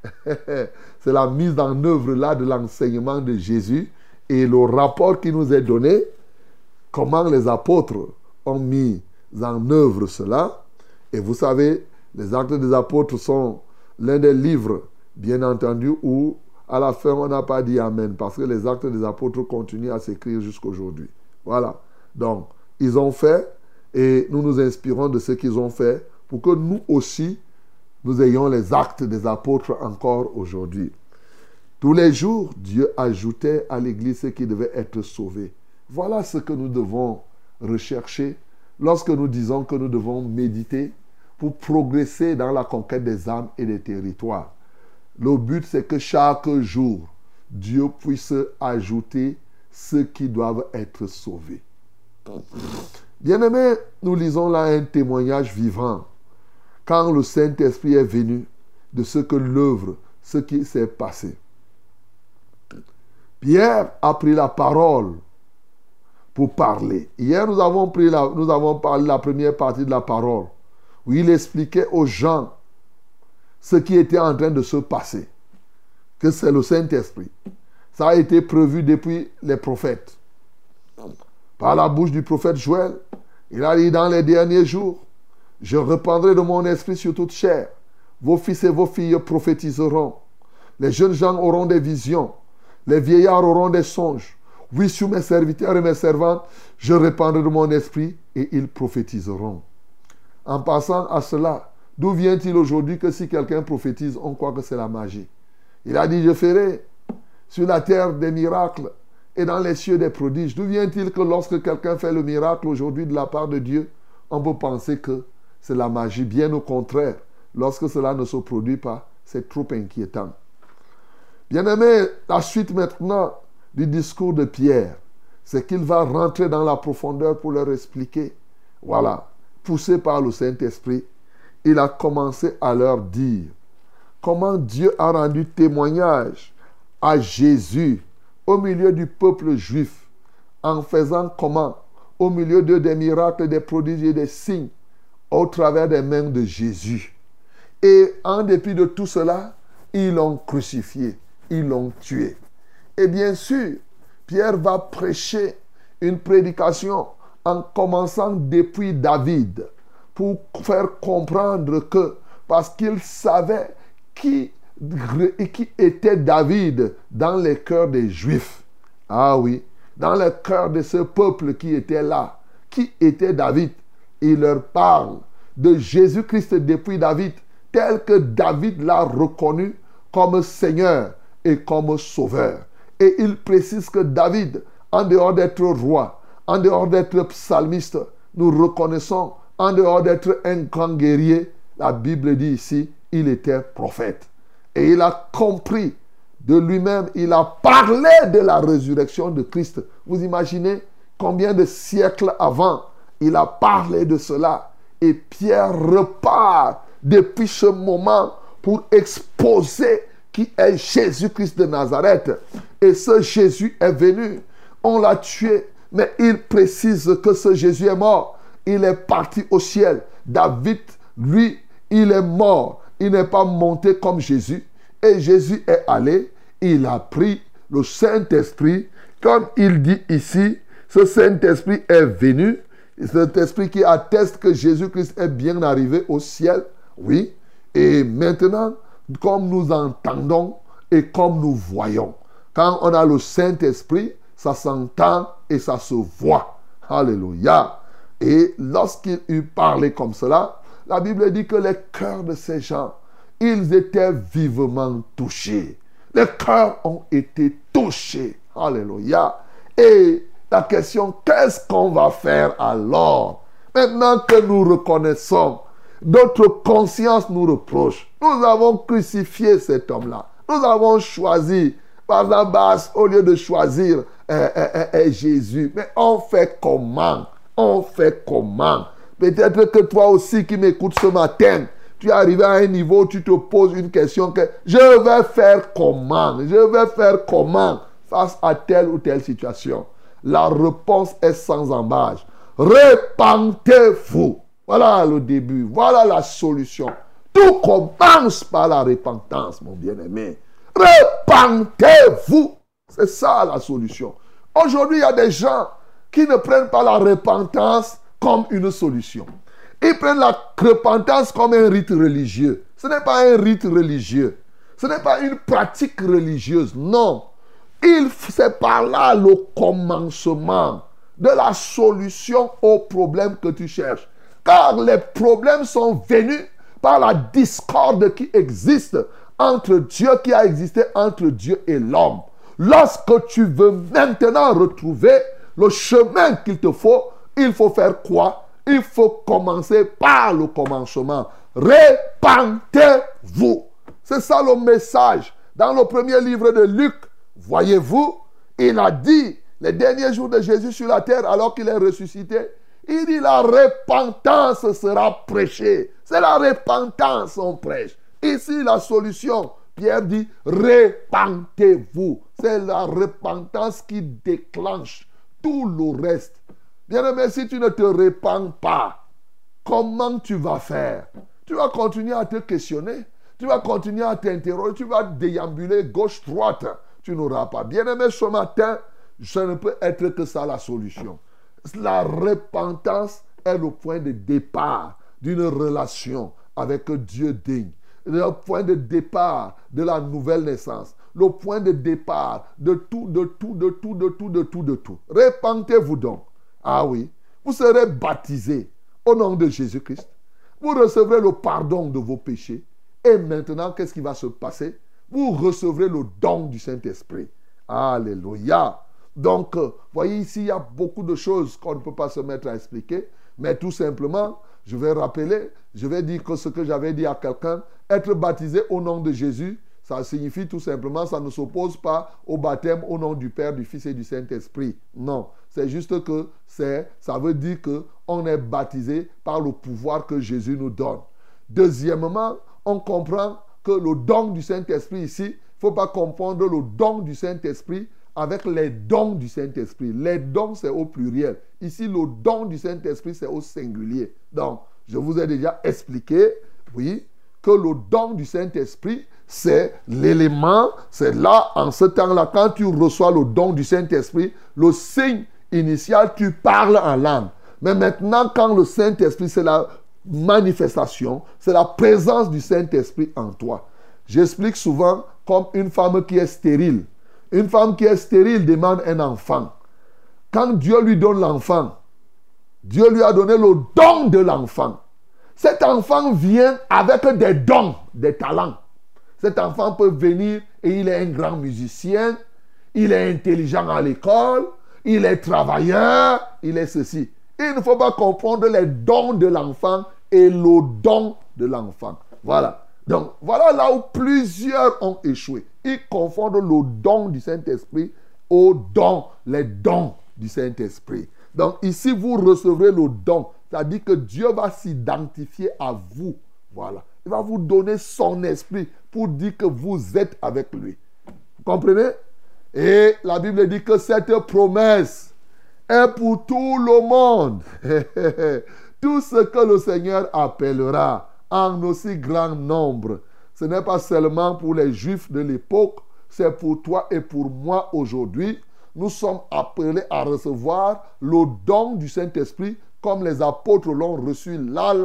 S5: C'est la mise en œuvre là de l'enseignement de Jésus et le rapport qui nous est donné, comment les apôtres ont mis en œuvre cela. Et vous savez, les actes des apôtres sont l'un des livres, bien entendu, où à la fin on n'a pas dit Amen, parce que les actes des apôtres continuent à s'écrire jusqu'aujourd'hui. Voilà. Donc, ils ont fait et nous nous inspirons de ce qu'ils ont fait pour que nous aussi, nous ayons les actes des apôtres encore aujourd'hui. Tous les jours, Dieu ajoutait à l'Église ceux qui devaient être sauvés. Voilà ce que nous devons rechercher lorsque nous disons que nous devons méditer pour progresser dans la conquête des âmes et des territoires. Le but, c'est que chaque jour, Dieu puisse ajouter ceux qui doivent être sauvés. Bien-aimés, nous lisons là un témoignage vivant quand le Saint-Esprit est venu de ce que l'œuvre, ce qui s'est passé. Pierre a pris la parole pour parler. Hier, nous avons parlé de la première partie de la parole où il expliquait aux gens ce qui était en train de se passer, que c'est le Saint-Esprit. Ça a été prévu depuis les prophètes. Par la bouche du prophète Joël, il a dit dans les derniers jours, je répandrai de mon esprit sur toute chair. Vos fils et vos filles prophétiseront. Les jeunes gens auront des visions. Les vieillards auront des songes. Oui, sur mes serviteurs et mes servantes, je répandrai de mon esprit et ils prophétiseront. En passant à cela, d'où vient-il aujourd'hui que si quelqu'un prophétise, on croit que c'est la magie? Il a dit, je ferai sur la terre des miracles et dans les cieux des prodiges. D'où vient-il que lorsque quelqu'un fait le miracle aujourd'hui de la part de Dieu, on peut penser que c'est la magie? Bien au contraire, lorsque cela ne se produit pas, c'est trop inquiétant. Bien-aimé, la suite maintenant du discours de Pierre, c'est qu'il va rentrer dans la profondeur pour leur expliquer. Voilà, poussé par le Saint-Esprit, il a commencé à leur dire comment Dieu a rendu témoignage à Jésus au milieu du peuple juif, en faisant comment? Au milieu d'eux des miracles, des prodiges et des signes, au travers des mains de Jésus. Et en dépit de tout cela, ils l'ont crucifié, ils l'ont tué. Et bien sûr, Pierre va prêcher une prédication en commençant depuis David, pour faire comprendre que, parce qu'il savait qui était David dans les cœurs des Juifs. Ah oui, dans le cœur de ce peuple qui était là. Qui était David? Il leur parle de Jésus-Christ depuis David, tel que David l'a reconnu comme Seigneur et comme Sauveur. Et il précise que David, en dehors d'être roi, en dehors d'être psalmiste, nous reconnaissons, en dehors d'être un grand guerrier, la Bible dit ici, il était prophète. Et il a compris de lui-même, il a parlé de la résurrection de Christ. Vous imaginez combien de siècles avant, il a parlé de cela. Et Pierre repart depuis ce moment pour exposer qui est Jésus-Christ de Nazareth. Et ce Jésus est venu, on l'a tué, mais il précise que ce Jésus est mort il est parti au ciel. David, lui, il est mort. Il n'est pas monté comme Jésus. Et Jésus est allé. Il a pris le Saint-Esprit. Comme il dit ici, ce Saint-Esprit est venu. Cet esprit qui atteste que Jésus-Christ est bien arrivé au ciel. Oui. Et maintenant, comme nous entendons et comme nous voyons, quand on a le Saint-Esprit, ça s'entend et ça se voit. Alléluia. Et lorsqu'il eut parlé comme cela, la Bible dit que les cœurs de ces gens, ils étaient vivement touchés. Les cœurs ont été touchés. Alléluia. Et la question, qu'est-ce qu'on va faire alors? Maintenant que nous reconnaissons, notre conscience nous reproche. Nous avons crucifié cet homme-là. Nous avons choisi Barnabas au lieu de choisir Jésus. Mais on fait comment? On fait comment? Peut-être que toi aussi qui m'écoutes ce matin, tu es arrivé à un niveau où tu te poses une question que je vais faire comment? Je vais faire comment face à telle ou telle situation? La réponse est sans embâche. Repentez-vous. Voilà le début. Voilà la solution. Tout commence par la repentance, mon bien-aimé. Repentez-vous. C'est ça la solution. Aujourd'hui, il y a des gens qui ne prennent pas la repentance comme une solution. Ils prennent la repentance comme un rite religieux. Ce n'est pas un rite religieux. Ce n'est pas une pratique religieuse. Non. C'est par là le commencement de la solution au problème que tu cherches. Car les problèmes sont venus par la discorde qui existe entre Dieu, qui a existé entre Dieu et l'homme. Lorsque tu veux maintenant retrouver le chemin qu'il te faut, il faut faire quoi? Il faut commencer par le commencement. Repentez-vous. C'est ça le message. Dans le premier livre de Luc, voyez-vous, il a dit, les derniers jours de Jésus sur la terre, alors qu'il est ressuscité, il dit la repentance sera prêchée. C'est la repentance qu'on prêche. Ici, la solution, Pierre dit, repentez-vous. C'est la repentance qui déclenche tout le reste. Bien-aimé, si tu ne te repens pas, comment tu vas faire? Tu vas continuer à te questionner. Tu vas continuer à t'interroger. Tu vas déambuler gauche-droite. Tu n'auras pas. Bien-aimé, ce matin, ça ne peut être que ça la solution. La repentance est le point de départ d'une relation avec Dieu digne. Le point de départ de la nouvelle naissance. Le point de départ de tout. Repentez-vous donc. Ah oui, vous serez baptisés au nom de Jésus-Christ. Vous recevrez le pardon de vos péchés. Et maintenant, qu'est-ce qui va se passer? Vous recevrez le don du Saint-Esprit. Alléluia. Donc, voyez ici, il y a beaucoup de choses qu'on ne peut pas se mettre à expliquer. Mais tout simplement, je vais rappeler, je vais dire que ce que j'avais dit à quelqu'un, être baptisé au nom de Jésus, ça signifie tout simplement, ça ne s'oppose pas au baptême au nom du Père, du Fils et du Saint-Esprit. Non, c'est juste que ça veut dire qu'on est baptisé par le pouvoir que Jésus nous donne. Deuxièmement, on comprend que le don du Saint-Esprit ici, il ne faut pas confondre le don du Saint-Esprit avec les dons du Saint-Esprit. Les dons, c'est au pluriel. Ici, le don du Saint-Esprit, c'est au singulier. Donc, je vous ai déjà expliqué, oui, que le don du Saint-Esprit, c'est l'élément, c'est là, en ce temps-là, quand tu reçois le don du Saint-Esprit, le signe initial, tu parles en langue. Mais maintenant, quand le Saint-Esprit, c'est la manifestation, c'est la présence du Saint-Esprit en toi. J'explique souvent comme une femme qui est stérile. Une femme qui est stérile demande un enfant. Quand Dieu lui donne l'enfant, Dieu lui a donné le don de l'enfant. Cet enfant vient avec des dons, des talents. Cet enfant peut venir et il est un grand musicien, il est intelligent à l'école, il est travailleur, il est ceci. Il ne faut pas confondre les dons de l'enfant et le don de l'enfant. Voilà. Donc, voilà là où plusieurs ont échoué. Ils confondent le don du Saint-Esprit au don, les dons du Saint-Esprit. Donc, ici, vous recevrez le don. C'est-à-dire que Dieu va s'identifier à vous. Voilà. Il va vous donner son esprit pour dire que vous êtes avec lui. Vous comprenez? Et la Bible dit que cette promesse est pour tout le monde. Tout ce que le Seigneur appellera en aussi grand nombre, ce n'est pas seulement pour les Juifs de l'époque, c'est pour toi et pour moi aujourd'hui. Nous sommes appelés à recevoir le don du Saint-Esprit comme les apôtres l'ont reçu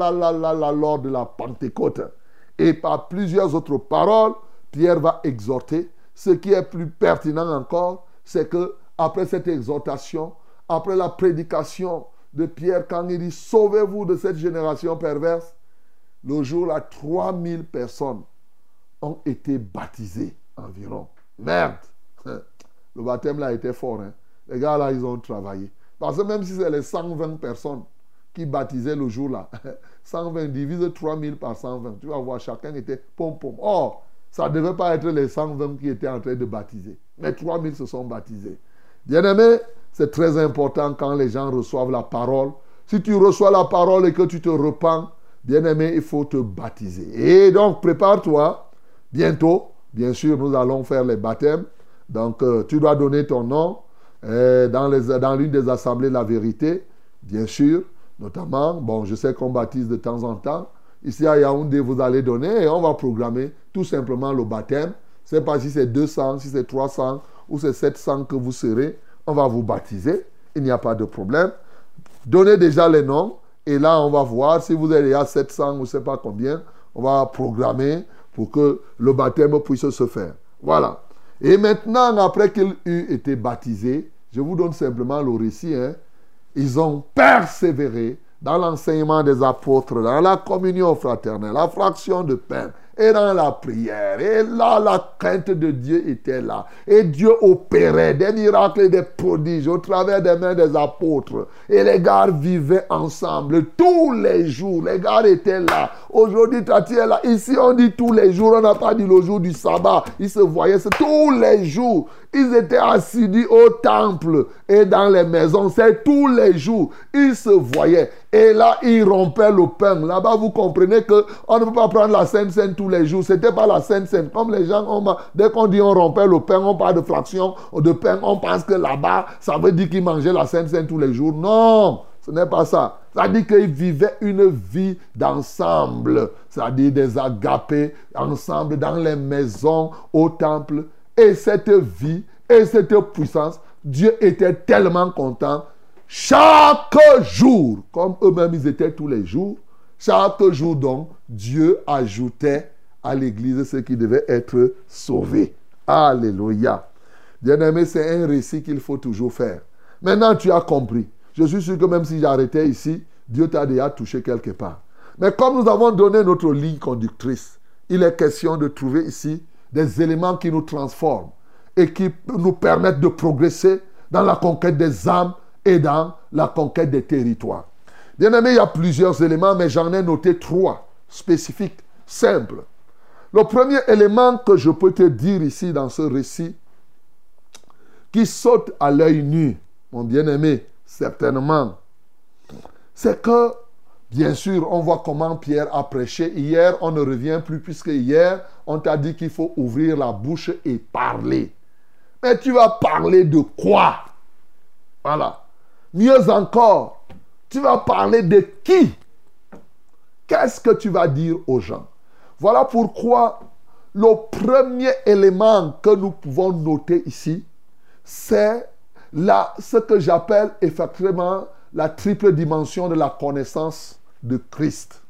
S5: lors de la Pentecôte. Et par plusieurs autres paroles, Pierre va exhorter. Ce qui est plus pertinent encore, c'est que après cette exhortation, après la prédication de Pierre, quand il dit « Sauvez-vous de cette génération perverse », le jour-là, 3000 personnes ont été baptisées environ. Merde! Le baptême là était fort. Hein? Les gars là, ils ont travaillé. Parce que même si c'est les 120 personnes qui baptisaient le jour-là, 120 divise 3000 par 120. Tu vas voir, chacun était pom-pom. Or, ça ne devait pas être les 120 qui étaient en train de baptiser. Mais 3000 se sont baptisés. Bien-aimé, c'est très important quand les gens reçoivent la parole. Si tu reçois la parole et que tu te repens, bien-aimé, il faut te baptiser. Et donc, prépare-toi. Bientôt, bien sûr, nous allons faire les baptêmes. Donc, tu dois donner ton nom dans l'une des assemblées de la vérité, bien sûr, notamment. Bon, je sais qu'on baptise de temps en temps. Ici à Yaoundé, vous allez donner et on va programmer tout simplement le baptême. Je ne sais pas si c'est 200, si c'est 300 ou c'est 700 que vous serez. On va vous baptiser. Il n'y a pas de problème. Donnez déjà les noms et là, on va voir si vous êtes à 700 ou je ne sais pas combien. On va programmer pour que le baptême puisse se faire. Voilà. Et maintenant, après qu'ils eurent été baptisés, je vous donne simplement le récit. Hein. Ils ont persévéré dans l'enseignement des apôtres, dans la communion fraternelle, la fraction de pain et dans la prière. Et là, la crainte de Dieu était là. Et Dieu opérait des miracles et des prodiges au travers des mains des apôtres. Et les gars vivaient ensemble tous les jours. Les gars étaient là. Aujourd'hui, Tati est là. Ici, on dit tous les jours. On n'a pas dit le jour du sabbat. Ils se voyaient. C'est tous les jours. Ils étaient assidus au temple et dans les maisons. C'est tous les jours. Ils se voyaient. Et là, ils rompaient le pain. Là-bas, vous comprenez qu'on ne peut pas prendre la Sainte Seine tous les jours. Ce n'était pas la Sainte Seine. Comme les gens, dès qu'on dit on rompait le pain, on parle de fraction de pain. On pense que là-bas, ça veut dire qu'ils mangeaient la Sainte Seine tous les jours. Non, ce n'est pas ça. Ça dit qu'ils vivaient une vie d'ensemble. C'est-à-dire des agapés ensemble dans les maisons, au temple. Et cette vie et cette puissance, Dieu était tellement content. Chaque jour, comme eux-mêmes ils étaient tous les jours, chaque jour donc, Dieu ajoutait à l'église ceux qui devaient être sauvés. Alléluia. Bien-aimé, c'est un récit qu'il faut toujours faire. Maintenant, tu as compris. Je suis sûr que même si j'arrêtais ici, Dieu t'a déjà touché quelque part. Mais comme nous avons donné notre ligne conductrice, il est question de trouver ici des éléments qui nous transforment et qui nous permettent de progresser dans la conquête des âmes et dans la conquête des territoires. Bien aimé, il y a plusieurs éléments, mais j'en ai noté 3 spécifiques, simples. Le premier élément que je peux te dire ici dans ce récit, qui saute à l'œil nu, mon bien-aimé, certainement, c'est que, bien sûr, on voit comment Pierre a prêché. Hier, on ne revient plus, puisque hier, on t'a dit qu'il faut ouvrir la bouche et parler. Mais tu vas parler de quoi? Voilà. Mieux encore, tu vas parler de qui? Qu'est-ce que tu vas dire aux gens? Voilà pourquoi le premier élément que nous pouvons noter ici, c'est ce que j'appelle effectivement la triple dimension de la connaissance de Christ.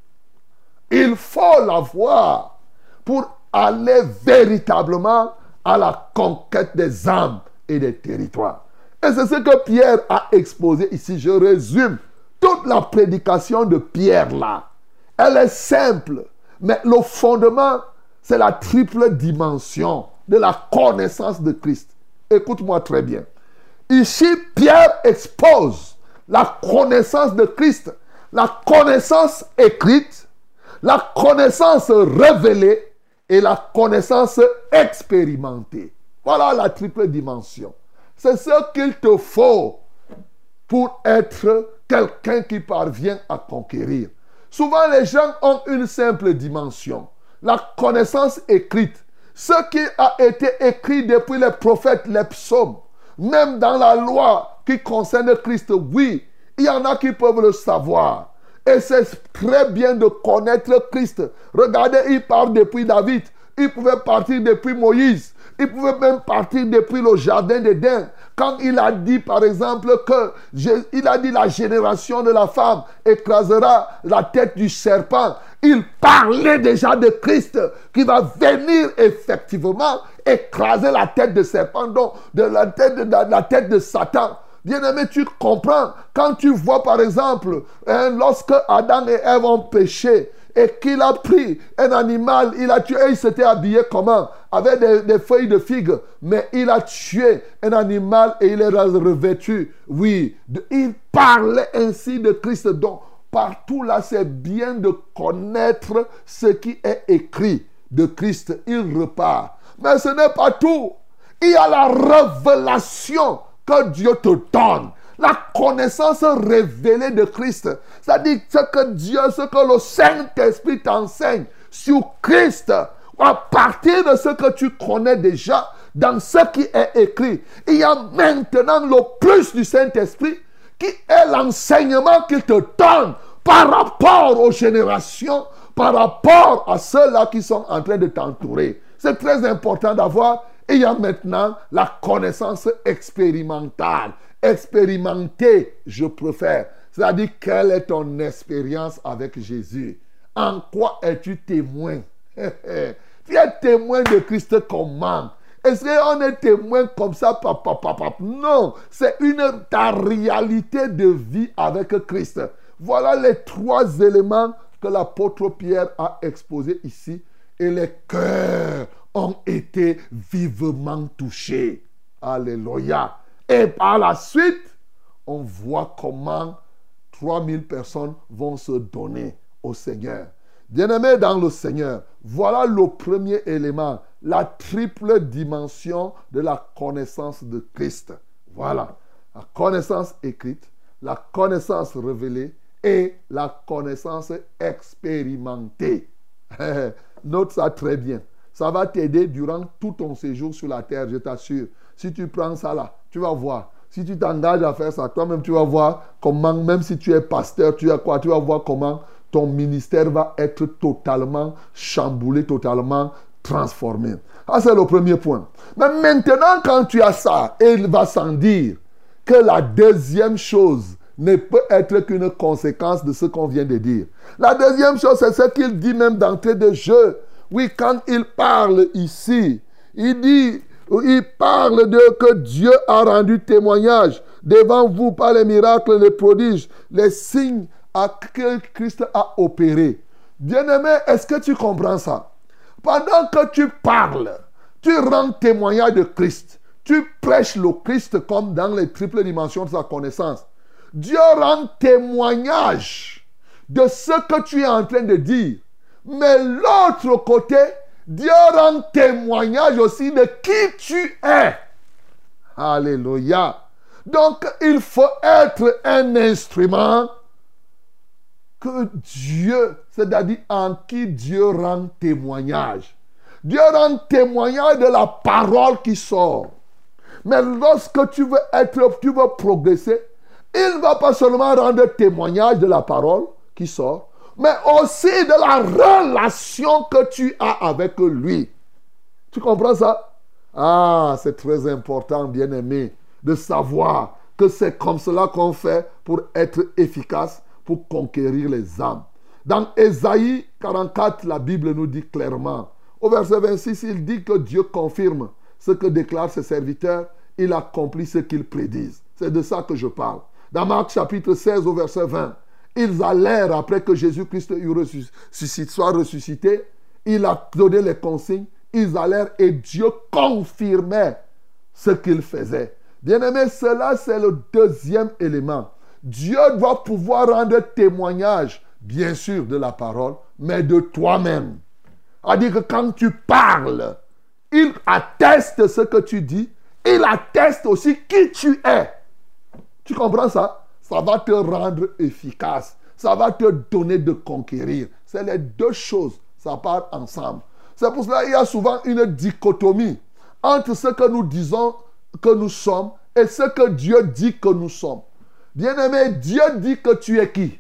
S5: Il faut l'avoir pour aller véritablement à la conquête des âmes et des territoires. Et c'est ce que Pierre a exposé ici. Je résume toute la prédication de Pierre là. Elle est simple, mais le fondement, c'est la triple dimension de la connaissance de Christ. Écoute-moi très bien. Ici, Pierre expose la connaissance de Christ, la connaissance écrite, la connaissance révélée et la connaissance expérimentée. Voilà la triple dimension. C'est ce qu'il te faut pour être quelqu'un qui parvient à conquérir. Souvent, les gens ont une simple dimension, la connaissance écrite. Ce qui a été écrit depuis les prophètes, les psaumes, même dans la loi qui concernent Christ, oui, il y en a qui peuvent le savoir. Et c'est très bien de connaître Christ. Regardez, il part depuis David. Il pouvait partir depuis Moïse. Il pouvait même partir depuis le jardin d'Éden. Quand il a dit, par exemple, il a dit la génération de la femme écrasera la tête du serpent. Il parlait déjà de Christ qui va venir effectivement écraser la tête de serpent, donc de la tête de Satan. Bien-aimé, tu comprends. Quand tu vois, par exemple, lorsque Adam et Ève ont péché et qu'il a pris un animal, il a tué, et il s'était habillé comment? Avec des feuilles de figue. Mais il a tué un animal et il est revêtu. Oui, il parlait ainsi de Christ. Donc, partout là, c'est bien de connaître ce qui est écrit de Christ. Il repart. Mais ce n'est pas tout. Il y a la révélation que Dieu te donne. La connaissance révélée de Christ. C'est-à-dire ce que Dieu, ce que le Saint-Esprit t'enseigne sur Christ. À partir de ce que tu connais déjà, dans ce qui est écrit, il y a maintenant le plus du Saint-Esprit qui est l'enseignement qu'il te donne par rapport aux générations, par rapport à ceux-là qui sont en train de t'entourer. C'est très important d'avoir. Il y a maintenant la connaissance expérimentale. Expérimenter, je préfère. C'est-à-dire, quelle est ton expérience avec Jésus? En quoi es-tu témoin? Tu es témoin de Christ comment? Est-ce qu'on est témoin comme ça? Non, c'est ta réalité de vie avec Christ. Voilà les 3 éléments que l'apôtre Pierre a exposés ici. Et les cœurs ont été vivement touchés. Alléluia. Et par la suite, on voit comment 3000 personnes vont se donner au Seigneur. Bien-aimés dans le Seigneur, voilà le premier élément, la triple dimension de la connaissance de Christ. Voilà, la connaissance écrite, la connaissance révélée et la connaissance expérimentée. Note ça très bien. Ça va t'aider durant tout ton séjour sur la terre, je t'assure. Si tu prends ça là, tu vas voir. Si tu t'engages à faire ça, toi-même, tu vas voir comment, même si tu es pasteur, tu vas voir comment ton ministère va être totalement chamboulé, totalement transformé. Ça, c'est le premier point. Mais maintenant, quand tu as ça, et il va sans dire que la deuxième chose ne peut être qu'une conséquence de ce qu'on vient de dire. La deuxième chose, c'est ce qu'il dit même d'entrée de jeu. Oui, quand il parle ici, il parle de que Dieu a rendu témoignage devant vous par les miracles, les prodiges, les signes que Christ a opérés. Bien-aimé, est-ce que tu comprends ça? Pendant que tu parles, tu rends témoignage de Christ. Tu prêches le Christ comme dans les triples dimensions de sa connaissance. Dieu rend témoignage de ce que tu es en train de dire. Mais l'autre côté, Dieu rend témoignage aussi de qui tu es. Alléluia. Donc, il faut être un instrument que Dieu, c'est-à-dire en qui Dieu rend témoignage. Dieu rend témoignage de la parole qui sort. Mais lorsque tu veux progresser, il ne va pas seulement rendre témoignage de la parole qui sort, mais aussi de la relation que tu as avec lui. Tu comprends ça? Ah, c'est très important, bien-aimé, de savoir que c'est comme cela qu'on fait pour être efficace, pour conquérir les âmes. Dans Ésaïe 44, la Bible nous dit clairement, au verset 26, il dit que Dieu confirme ce que déclarent ses serviteurs, il accomplit ce qu'ils prédisent. C'est de ça que je parle. Dans Marc chapitre 16, au verset 20, ils allèrent, après que Jésus-Christ soit ressuscité, il a donné les consignes, ils allèrent et Dieu confirmait ce qu'il faisait. Bien-aimé, cela c'est le deuxième élément. Dieu doit pouvoir rendre témoignage, bien sûr, de la parole, mais de toi-même. C'est-à-dire que quand tu parles, il atteste ce que tu dis, il atteste aussi qui tu es. Tu comprends ça? Ça va te rendre efficace. Ça va te donner de conquérir. C'est les deux choses. Ça part ensemble. C'est pour cela qu'il y a souvent une dichotomie entre ce que nous disons que nous sommes et ce que Dieu dit que nous sommes. Bien-aimé, Dieu dit que tu es qui?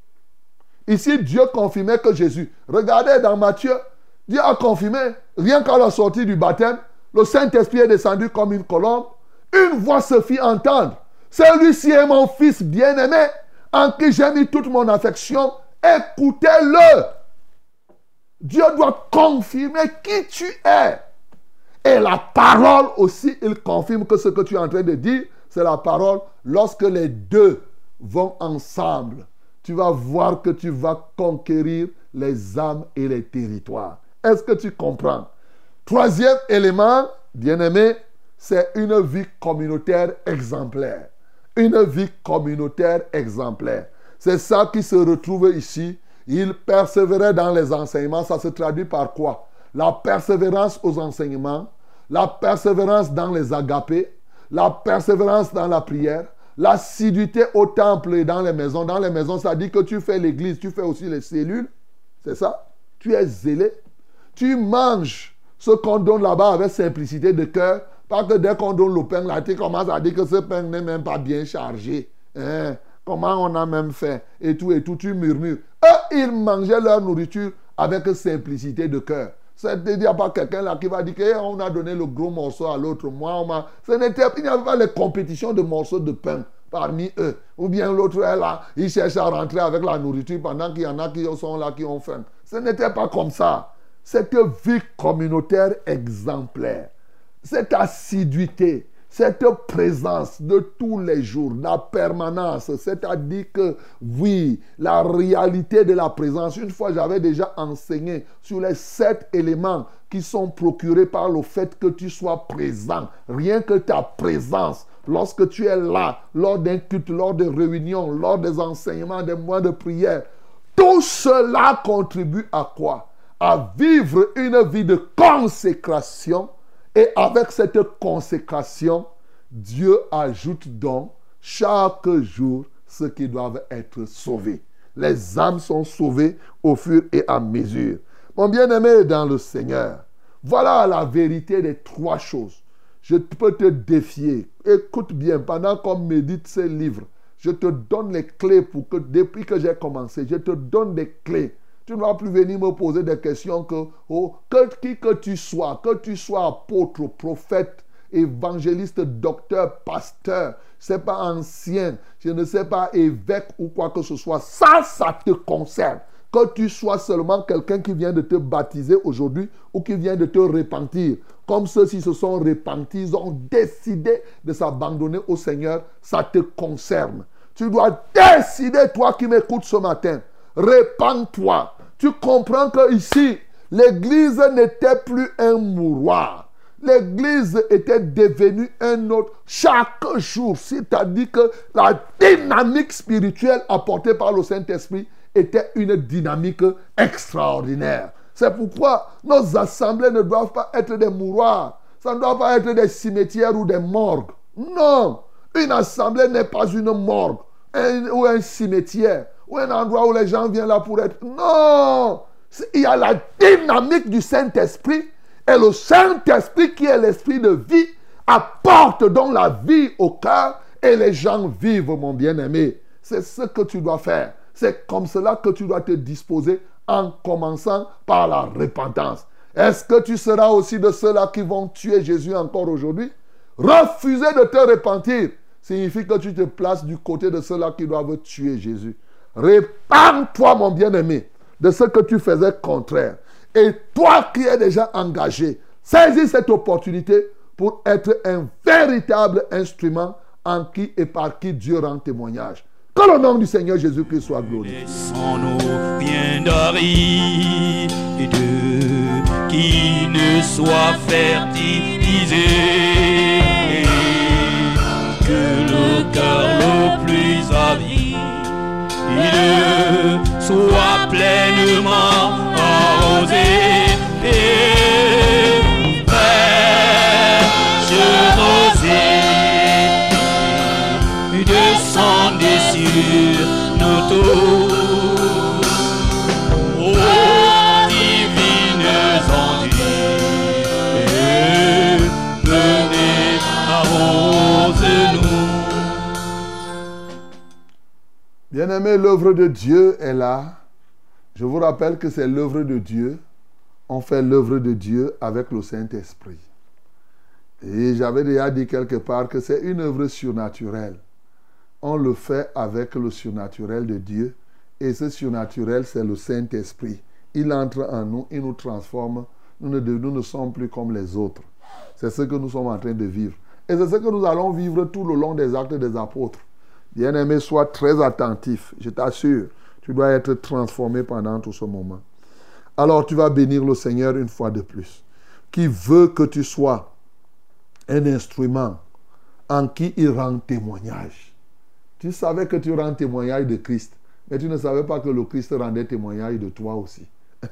S5: Ici, Dieu confirmait que Jésus. Regardez dans Matthieu, Dieu a confirmé, rien qu'à la sortie du baptême, le Saint-Esprit est descendu comme une colombe. Une voix se fit entendre. Celui-ci est mon fils bien-aimé, en qui j'ai mis toute mon affection. Écoutez-le. Dieu doit confirmer qui tu es. Et la parole aussi, il confirme que ce que tu es en train de dire, c'est la parole. Lorsque les deux vont ensemble, tu vas voir que tu vas conquérir les âmes et les territoires. Est-ce que tu comprends? Troisième élément, bien-aimé, c'est une vie communautaire exemplaire. Une vie communautaire exemplaire. C'est ça qui se retrouve ici. Il persévérait dans les enseignements. Ça se traduit par quoi? La persévérance aux enseignements, la persévérance dans les agapés, la persévérance dans la prière, l'assiduité au temple et dans les maisons. Dans les maisons, ça dit que tu fais l'église, tu fais aussi les cellules. C'est ça? Tu es zélé. Tu manges ce qu'on donne là-bas avec simplicité de cœur. Pas que dès qu'on donne le pain, là, tu commences à dire que ce pain n'est même pas bien chargé. Hein? Comment on a même fait? Et tout, tu murmures. Eux, ils mangeaient leur nourriture avec simplicité de cœur. Il n'y a pas quelqu'un là qui va dire qu'on a donné le gros morceau à l'autre. Il n'y avait pas les compétitions de morceaux de pain parmi eux. Ou bien l'autre est là, il cherche à rentrer avec la nourriture pendant qu'il y en a qui sont là, qui ont faim. Ce n'était pas comme ça. Cette vie communautaire exemplaire, cette assiduité, cette présence de tous les jours, la permanence, c'est-à-dire que oui, la réalité de la présence. Une fois, j'avais déjà enseigné sur les 7 éléments qui sont procurés par le fait que tu sois présent. Rien que ta présence, lorsque tu es là, lors d'un culte, lors des réunions, lors des enseignements, des mois de prière, tout cela contribue à quoi? À vivre une vie de consécration. Et avec cette consécration, Dieu ajoute donc chaque jour ceux qui doivent être sauvés. Les âmes sont sauvées au fur et à mesure. Mon bien-aimé dans le Seigneur, voilà la vérité des 3 choses. Je peux te défier. Écoute bien, pendant qu'on médite ces livres, je te donne les clés pour que, depuis que j'ai commencé, je te donne des clés. Tu ne vas plus venir me poser des questions que tu sois apôtre, prophète, évangéliste, docteur, pasteur, je ne sais pas ancien, je ne sais pas évêque ou quoi que ce soit. Ça te concerne. Que tu sois seulement quelqu'un qui vient de te baptiser aujourd'hui ou qui vient de te repentir. Comme ceux-ci se sont repentis, ils ont décidé de s'abandonner au Seigneur, ça te concerne. Tu dois décider, toi qui m'écoutes ce matin, repens-toi. Tu comprends que ici, l'église n'était plus un mouroir. L'église était devenue un autre chaque jour. C'est-à-dire que la dynamique spirituelle apportée par le Saint-Esprit était une dynamique extraordinaire. C'est pourquoi nos assemblées ne doivent pas être des mouroirs. Ça ne doit pas être des cimetières ou des morgues. Non, une assemblée n'est pas une morgue ou un cimetière. Ou un endroit où les gens viennent là pour être... Non! Il y a la dynamique du Saint-Esprit. Et le Saint-Esprit, qui est l'esprit de vie, apporte donc la vie au cœur. Et les gens vivent, mon bien-aimé. C'est ce que tu dois faire. C'est comme cela que tu dois te disposer en commençant par la repentance. Est-ce que tu seras aussi de ceux-là qui vont tuer Jésus encore aujourd'hui? Refuser de te repentir signifie que tu te places du côté de ceux-là qui doivent tuer Jésus. Répands-toi, mon bien-aimé, de ce que tu faisais contraire. Et toi qui es déjà engagé, saisis cette opportunité pour être un véritable instrument en qui et par qui Dieu rend témoignage. Que le nom du Seigneur Jésus-Christ soit glorifié.
S4: Laissons-nous bien d'aride, qui ne soit fertilisé, que le cœur le plus avide soit pleinement arrosé. Fraîche rosée, descendez sur nous tous. Ô divines ondes, venez arroser
S5: Bien-aimé, l'œuvre de Dieu est là. Je vous rappelle que c'est l'œuvre de Dieu. On fait l'œuvre de Dieu avec le Saint-Esprit. Et j'avais déjà dit quelque part que c'est une œuvre surnaturelle. On le fait avec le surnaturel de Dieu. Et ce surnaturel, c'est le Saint-Esprit. Il entre en nous, il nous transforme. Nous ne sommes plus comme les autres. C'est ce que nous sommes en train de vivre. Et c'est ce que nous allons vivre tout le long des actes des apôtres. Bien-aimé, sois très attentif. Je t'assure, tu dois être transformé pendant tout ce moment. Alors tu vas bénir le Seigneur une fois de plus, qui veut que tu sois un instrument en qui il rend témoignage. Tu savais que tu rends témoignage de Christ, mais tu ne savais pas que le Christ rendait témoignage de toi aussi.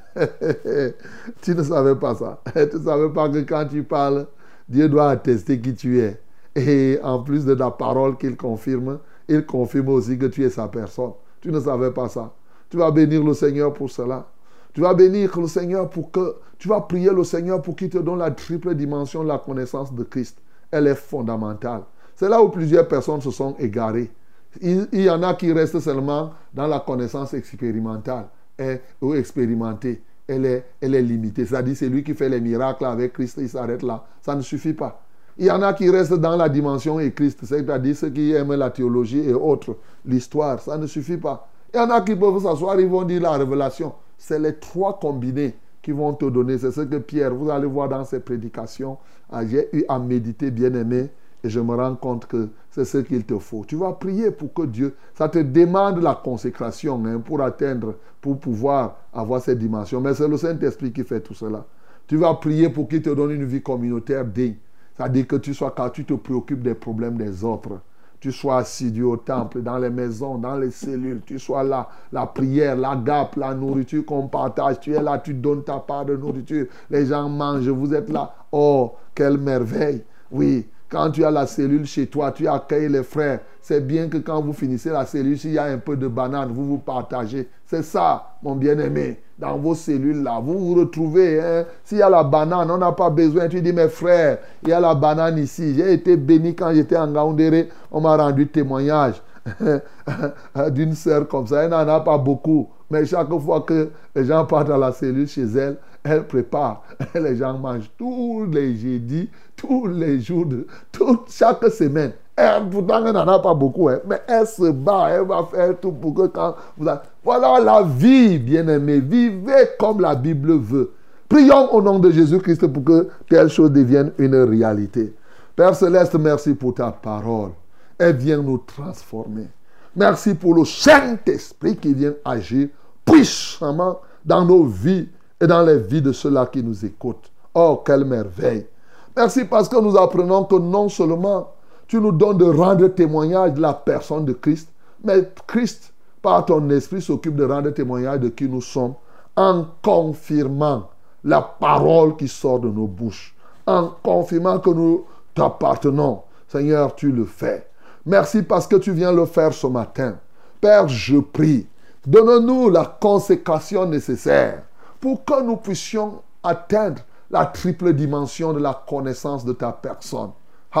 S5: Tu ne savais pas ça. Tu ne savais pas que quand tu parles, Dieu doit attester qui tu es. Et en plus de la parole qu'il confirme, il confirme aussi que tu es sa personne. Tu ne savais pas ça. Tu vas bénir le Seigneur pour cela. Tu vas bénir le Seigneur pour que... Tu vas prier le Seigneur pour qu'il te donne la triple dimension de la connaissance de Christ. Elle est fondamentale. C'est là où plusieurs personnes se sont égarées. Il y en a qui restent seulement dans la connaissance expérimentale ou expérimentée. Elle est limitée. C'est-à-dire, c'est lui qui fait les miracles avec Christ, il s'arrête là. Ça ne suffit pas. Il y en a qui restent dans la dimension et Christ, c'est-à-dire ceux qui aiment la théologie et autres, l'histoire, ça ne suffit pas. Il y en a qui peuvent s'asseoir, ils vont dire la révélation. C'est les trois combinés qui vont te donner. C'est ce que Pierre, vous allez voir dans ses prédications. J'ai eu à méditer, bien-aimé, et je me rends compte que c'est ce qu'il te faut. Tu vas prier pour que Dieu, ça te demande la consécration pour atteindre, pour pouvoir avoir cette dimension. Mais c'est le Saint-Esprit qui fait tout cela. Tu vas prier pour qu'il te donne une vie communautaire digne. C'est-à-dire que quand tu te préoccupes des problèmes des autres, tu sois assidu au temple, dans les maisons, dans les cellules, tu sois là, la prière, l'agape, la nourriture qu'on partage, tu es là, tu donnes ta part de nourriture, les gens mangent, vous êtes là. Oh, quelle merveille! Oui, quand tu as la cellule chez toi, tu accueilles les frères. C'est bien que quand vous finissez la cellule, s'il y a un peu de banane, vous vous partagez. C'est ça, mon bien-aimé. Dans vos cellules là, vous vous retrouvez. S'il y a la banane, on n'a pas besoin. Tu dis, mes frères, il y a la banane ici. J'ai été béni quand j'étais en Gaoundéré. On m'a rendu témoignage d'une sœur comme ça. Elle n'en a pas beaucoup. Mais chaque fois que les gens partent à la cellule chez elle, elle prépare. Les gens mangent tous les jeudis, tous les jours, chaque semaine. Pourtant, elle n'en a pas beaucoup, mais elle se bat, elle va faire tout pour que quand vous avez... Voilà la vie, bien-aimé. Vivez comme la Bible veut. Prions au nom de Jésus-Christ pour que telle chose devienne une réalité. Père Céleste, merci pour ta parole. Elle vient nous transformer. Merci pour le Saint-Esprit qui vient agir puissamment dans nos vies et dans les vies de ceux-là qui nous écoutent. Oh, quelle merveille. Merci parce que nous apprenons que non seulement tu nous donnes de rendre témoignage de la personne de Christ, mais Christ, par ton esprit, s'occupe de rendre témoignage de qui nous sommes en confirmant la parole qui sort de nos bouches, en confirmant que nous t'appartenons. Seigneur, tu le fais. Merci parce que tu viens le faire ce matin. Père, je prie, donne-nous la consécration nécessaire pour que nous puissions atteindre la triple dimension de la connaissance de ta personne.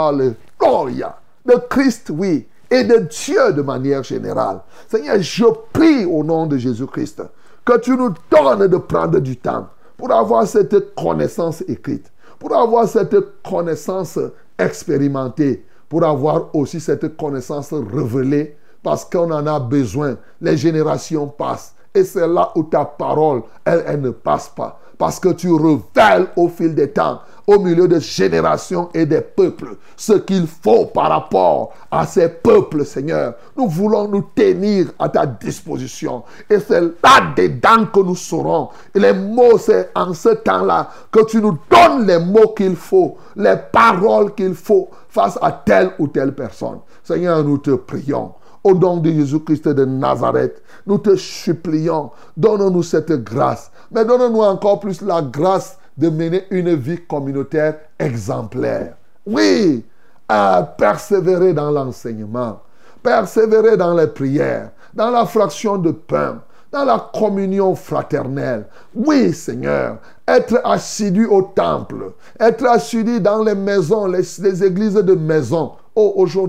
S5: Alléluia. De Christ, oui, et de Dieu de manière générale. Seigneur, je prie au nom de Jésus-Christ que tu nous donnes de prendre du temps pour avoir cette connaissance écrite, pour avoir cette connaissance expérimentée, pour avoir aussi cette connaissance révélée, parce qu'on en a besoin. Les générations passent. Et c'est là où ta parole, elle ne passe pas. Parce que tu révèles au fil des temps, au milieu des générations et des peuples, ce qu'il faut par rapport à ces peuples, Seigneur. Nous voulons nous tenir à ta disposition. Et c'est là-dedans que nous saurons. Et les mots, c'est en ce temps-là que tu nous donnes les mots qu'il faut, les paroles qu'il faut face à telle ou telle personne. Seigneur, nous te prions. Au nom de Jésus-Christ de Nazareth, nous te supplions, donne-nous cette grâce. Mais donne-nous encore plus la grâce de mener une vie communautaire exemplaire. Oui, à persévérer dans l'enseignement, persévérer dans les prières, dans la fraction de pain, dans la communion fraternelle. Oui, Seigneur, être assidu au temple, être assidu dans les maisons, les églises de maison. Oh, aujourd'hui,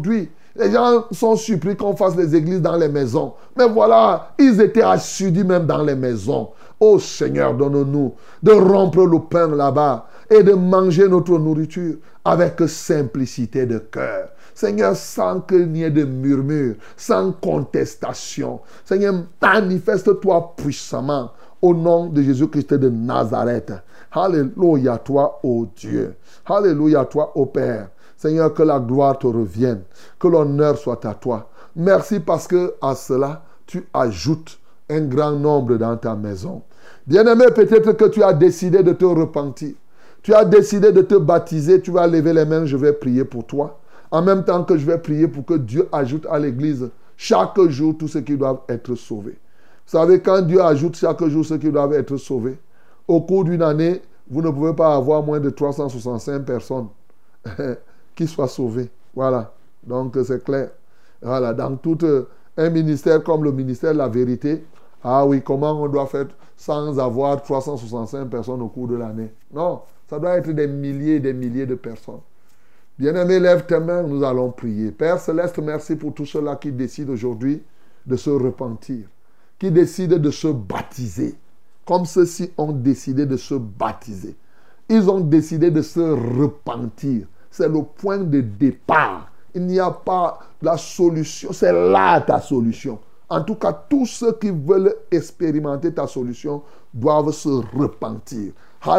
S5: Les gens sont surpris qu'on fasse les églises dans les maisons. Mais voilà, ils étaient assidus même dans les maisons. Oh Seigneur, donne-nous de rompre le pain là-bas et de manger notre nourriture avec simplicité de cœur. Seigneur, sans qu'il n'y ait de murmure, sans contestation. Seigneur, manifeste-toi puissamment au nom de Jésus-Christ de Nazareth. Alléluia toi, ô Dieu. Alléluia toi, ô Père. Seigneur, que la gloire te revienne, que l'honneur soit à toi. Merci parce que à cela, tu ajoutes un grand nombre dans ta maison. Bien-aimé, peut-être que tu as décidé de te repentir. Tu as décidé de te baptiser. Tu vas lever les mains, je vais prier pour toi. En même temps que je vais prier pour que Dieu ajoute à l'église chaque jour tous ceux qui doivent être sauvés. Vous savez, quand Dieu ajoute chaque jour ceux qui doivent être sauvés, au cours d'une année, vous ne pouvez pas avoir moins de 365 personnes qui soient sauvées. Voilà. Donc, c'est clair. Voilà. Dans tout un ministère comme le ministère de la vérité, ah oui, comment on doit faire sans avoir 365 personnes au cours de l'année? Non, ça doit être des milliers et des milliers de personnes. Bien-aimé, lève tes mains, nous allons prier. Père Céleste, merci pour tous ceux-là qui décident aujourd'hui de se repentir, qui décident de se baptiser, comme ceux-ci ont décidé de se baptiser. Ils ont décidé de se repentir. C'est le point de départ. Il n'y a pas la solution. C'est là ta solution. En tout cas, tous ceux qui veulent expérimenter ta solution doivent se repentir.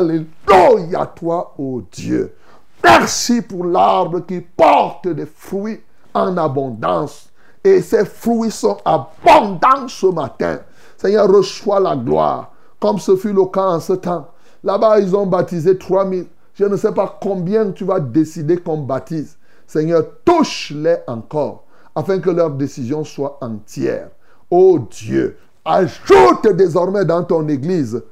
S5: Alléluia toi, ô Dieu. Merci pour l'arbre qui porte des fruits en abondance. Et ces fruits sont abondants ce matin. Seigneur, reçois la gloire, comme ce fut le cas en ce temps. Là-bas, ils ont baptisé 3000. Je ne sais pas combien tu vas décider qu'on baptise. Seigneur, touche-les encore, afin que leur décision soit entière. Oh Dieu, ajoute désormais dans ton église,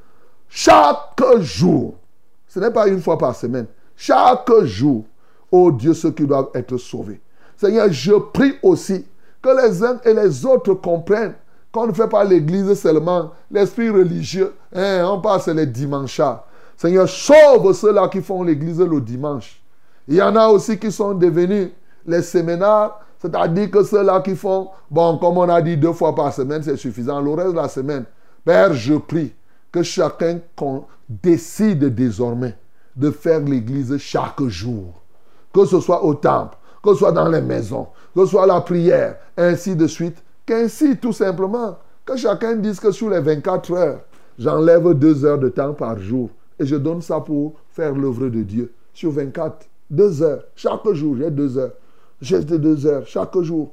S5: chaque jour, ce n'est pas une fois par semaine, chaque jour, oh Dieu, ceux qui doivent être sauvés. Seigneur, je prie aussi que les uns et les autres comprennent qu'on ne fait pas l'église seulement, l'esprit religieux. On passe les dimanches. Seigneur, sauve ceux-là qui font l'église le dimanche. Il y en a aussi qui sont devenus les séminaires, c'est-à-dire que ceux-là qui font, bon, comme on a dit 2 fois par semaine, c'est suffisant. Le reste de la semaine, Père, je prie que chacun décide désormais de faire l'église chaque jour. Que ce soit au temple, que ce soit dans les maisons, que ce soit la prière, ainsi de suite. Qu'ainsi, tout simplement, que chacun dise que sur les 24 heures, j'enlève 2 heures de temps par jour. Et je donne ça pour faire l'œuvre de Dieu. Sur 24, 2 heures. Chaque jour, j'ai 2 heures. J'ai 2 heures. Chaque jour,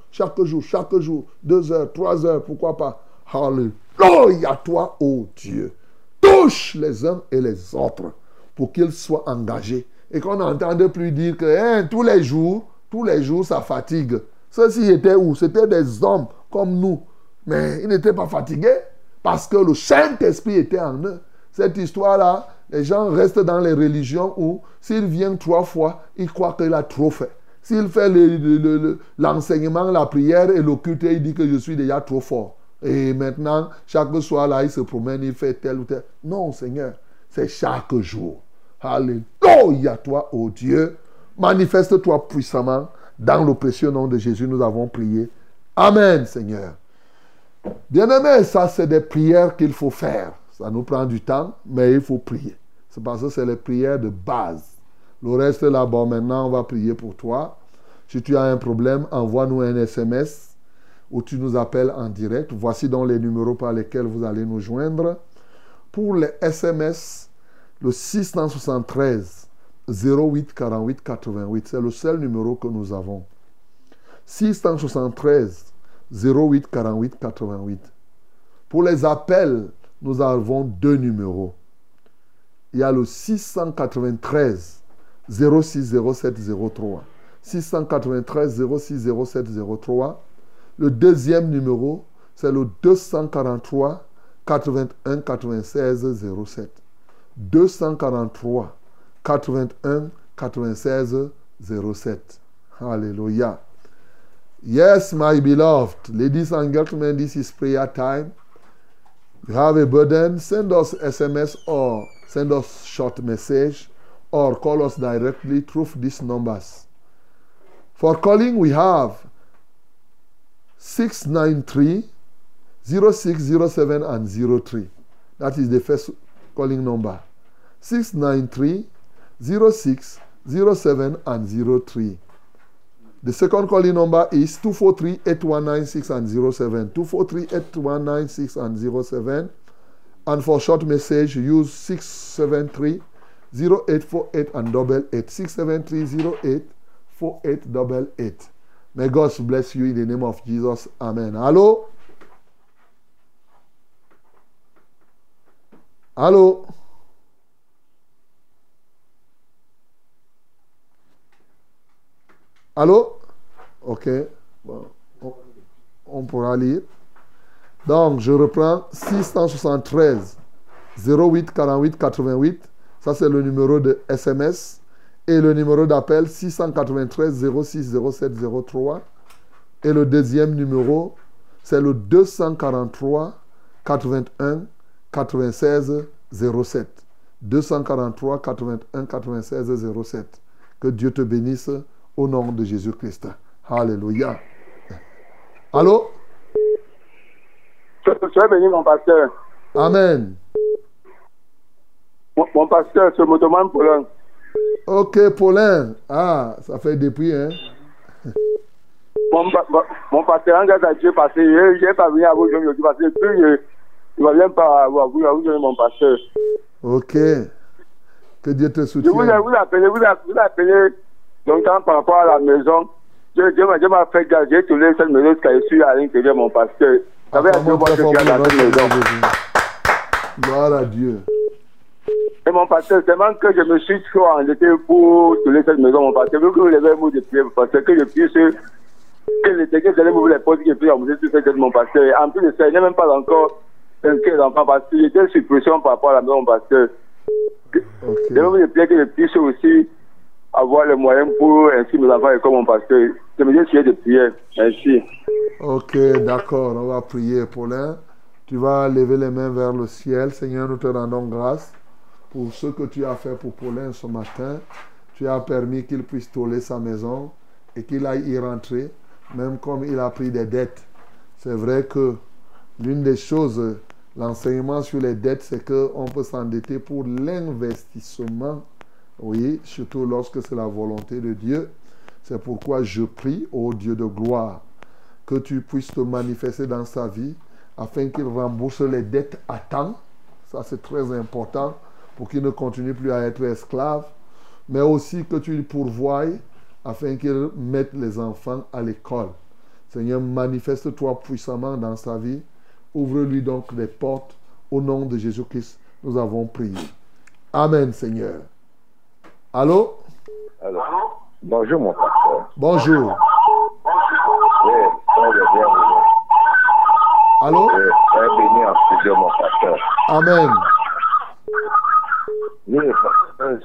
S5: 2 heures, 3 heures, pourquoi pas. Alléluia toi, ô Dieu. Touche les uns et les autres pour qu'ils soient engagés. Et qu'on n'entende plus dire que tous les jours, ça fatigue. Ceux-ci étaient où? C'était des hommes comme nous. Mais ils n'étaient pas fatigués parce que le Saint-Esprit était en eux. Cette histoire-là, les gens restent dans les religions où s'il vient 3 fois, ils croient qu'il a trop fait. S'il fait l'enseignement, la prière et le culte, il dit que je suis déjà trop fort. Et maintenant, chaque soir là, il se promène, il fait tel ou tel. Non, Seigneur, c'est chaque jour. Alléluia toi, ô Dieu. Manifeste-toi puissamment. Dans le précieux nom de Jésus, nous avons prié. Amen, Seigneur. Bien-aimés, ça, c'est des prières qu'il faut faire. Ça nous prend du temps, mais il faut prier. C'est parce que c'est les prières de base. Le reste, là, bon, maintenant, on va prier pour toi. Si tu as un problème, envoie-nous un SMS ou tu nous appelles en direct. Voici donc les numéros par lesquels vous allez nous joindre. Pour les SMS, le 673 08 48 88, c'est le seul numéro que nous avons. 673 08 48 88. Pour les appels, nous avons 2 numéros. Il y a le 693 06 07 03. 693 06 07 03. Le deuxième numéro, c'est le 243 81 96 07. 243 81 96 07. Hallelujah. Yes, my beloved. Ladies and gentlemen, this is prayer time. You have a burden, send us SMS or send us short message or call us directly through these numbers. For calling, we have 693 0607 and 03. That is the first calling number. 693 0607 and 03. The second calling number is 243-8196 and 07. 243-8196 and 07. And for short message, use 673-0848 and 88. 673-0848 . May God bless you in the name of Jesus. Amen. Hello? Allô? Allô? Ok. Bon. On pourra lire. Donc, je reprends 673 08 48 88. Ça, c'est le numéro de SMS. Et le numéro d'appel 693 06 07 03. Et le deuxième numéro, c'est le 243 81 96 07. 243 81 96 07. Que Dieu te bénisse au nom de Jésus-Christ. Alléluia. Allô?
S8: Sois béni, mon pasteur.
S5: Amen.
S8: Mon pasteur, c'est Motoman Paulin.
S5: Ok, Paulin. Ah, ça fait depuis, hein?
S8: Mon pasteur, en grâce à Dieu, parce que je n'ai pas venu à vous aujourd'hui, parce que je ne viens pas à vous donner mon pasteur.
S5: Ok. Que Dieu te soutienne.
S8: Je vous appelez longtemps par rapport à la maison. Dieu m'a fait gage, j'ai tourné cette maison qui est sur à l'intérieur, mon pasteur. Ça fait 2 mois que je suis dans cette maison.
S5: Gloire à Dieu.
S8: Et mon pasteur, c'est même que je me suis trop endetté pour tourner cette maison, mon pasteur. Je veux que vous levez un mot de prière, parce que je puisse, que les techniques allaient m'ouvrir les portes, que je puisse remonter sur cette tête, mon pasteur. Et en plus de ça, il n'y a même pas encore inscrit l'enfant, parce que j'étais sous pression par rapport à la maison, mon pasteur. Je veux vous prier que je puisse aussi avoir les moyens pour inscrire mes enfants comme mon pasteur. Je me dis de prière. Merci.
S5: Ok, d'accord. On va prier, Paulin. Tu vas lever les mains vers le ciel. Seigneur, nous te rendons grâce pour ce que tu as fait pour Paulin ce matin. Tu as permis qu'il puisse toller sa maison et qu'il aille y rentrer, même comme il a pris des dettes. C'est vrai que l'une des choses, l'enseignement sur les dettes, c'est qu'on peut s'endetter pour l'investissement. Oui, surtout lorsque c'est la volonté de Dieu. C'est pourquoi je prie, ô Dieu de gloire, que tu puisses te manifester dans sa vie afin qu'il rembourse les dettes à temps. Ça, c'est très important pour qu'il ne continue plus à être esclave. Mais aussi que tu lui pourvoies afin qu'il mette les enfants à l'école. Seigneur, manifeste-toi puissamment dans sa vie. Ouvre-lui donc les portes. Au nom de Jésus-Christ, nous avons prié. Amen, Seigneur. Allô?
S9: Allô? Bonjour, mon pasteur.
S5: Bonjour.
S9: Oui, bien.
S5: Allô?
S9: Oui, très béni en studio, mon pasteur.
S5: Amen.
S9: Oui, pasteur.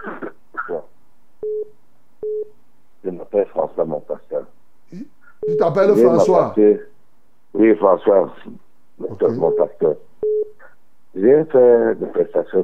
S9: Je m'appelle François, mon pasteur.
S5: Tu t'appelles François?
S9: Oui, François, mon pasteur. J'ai fait des prestations.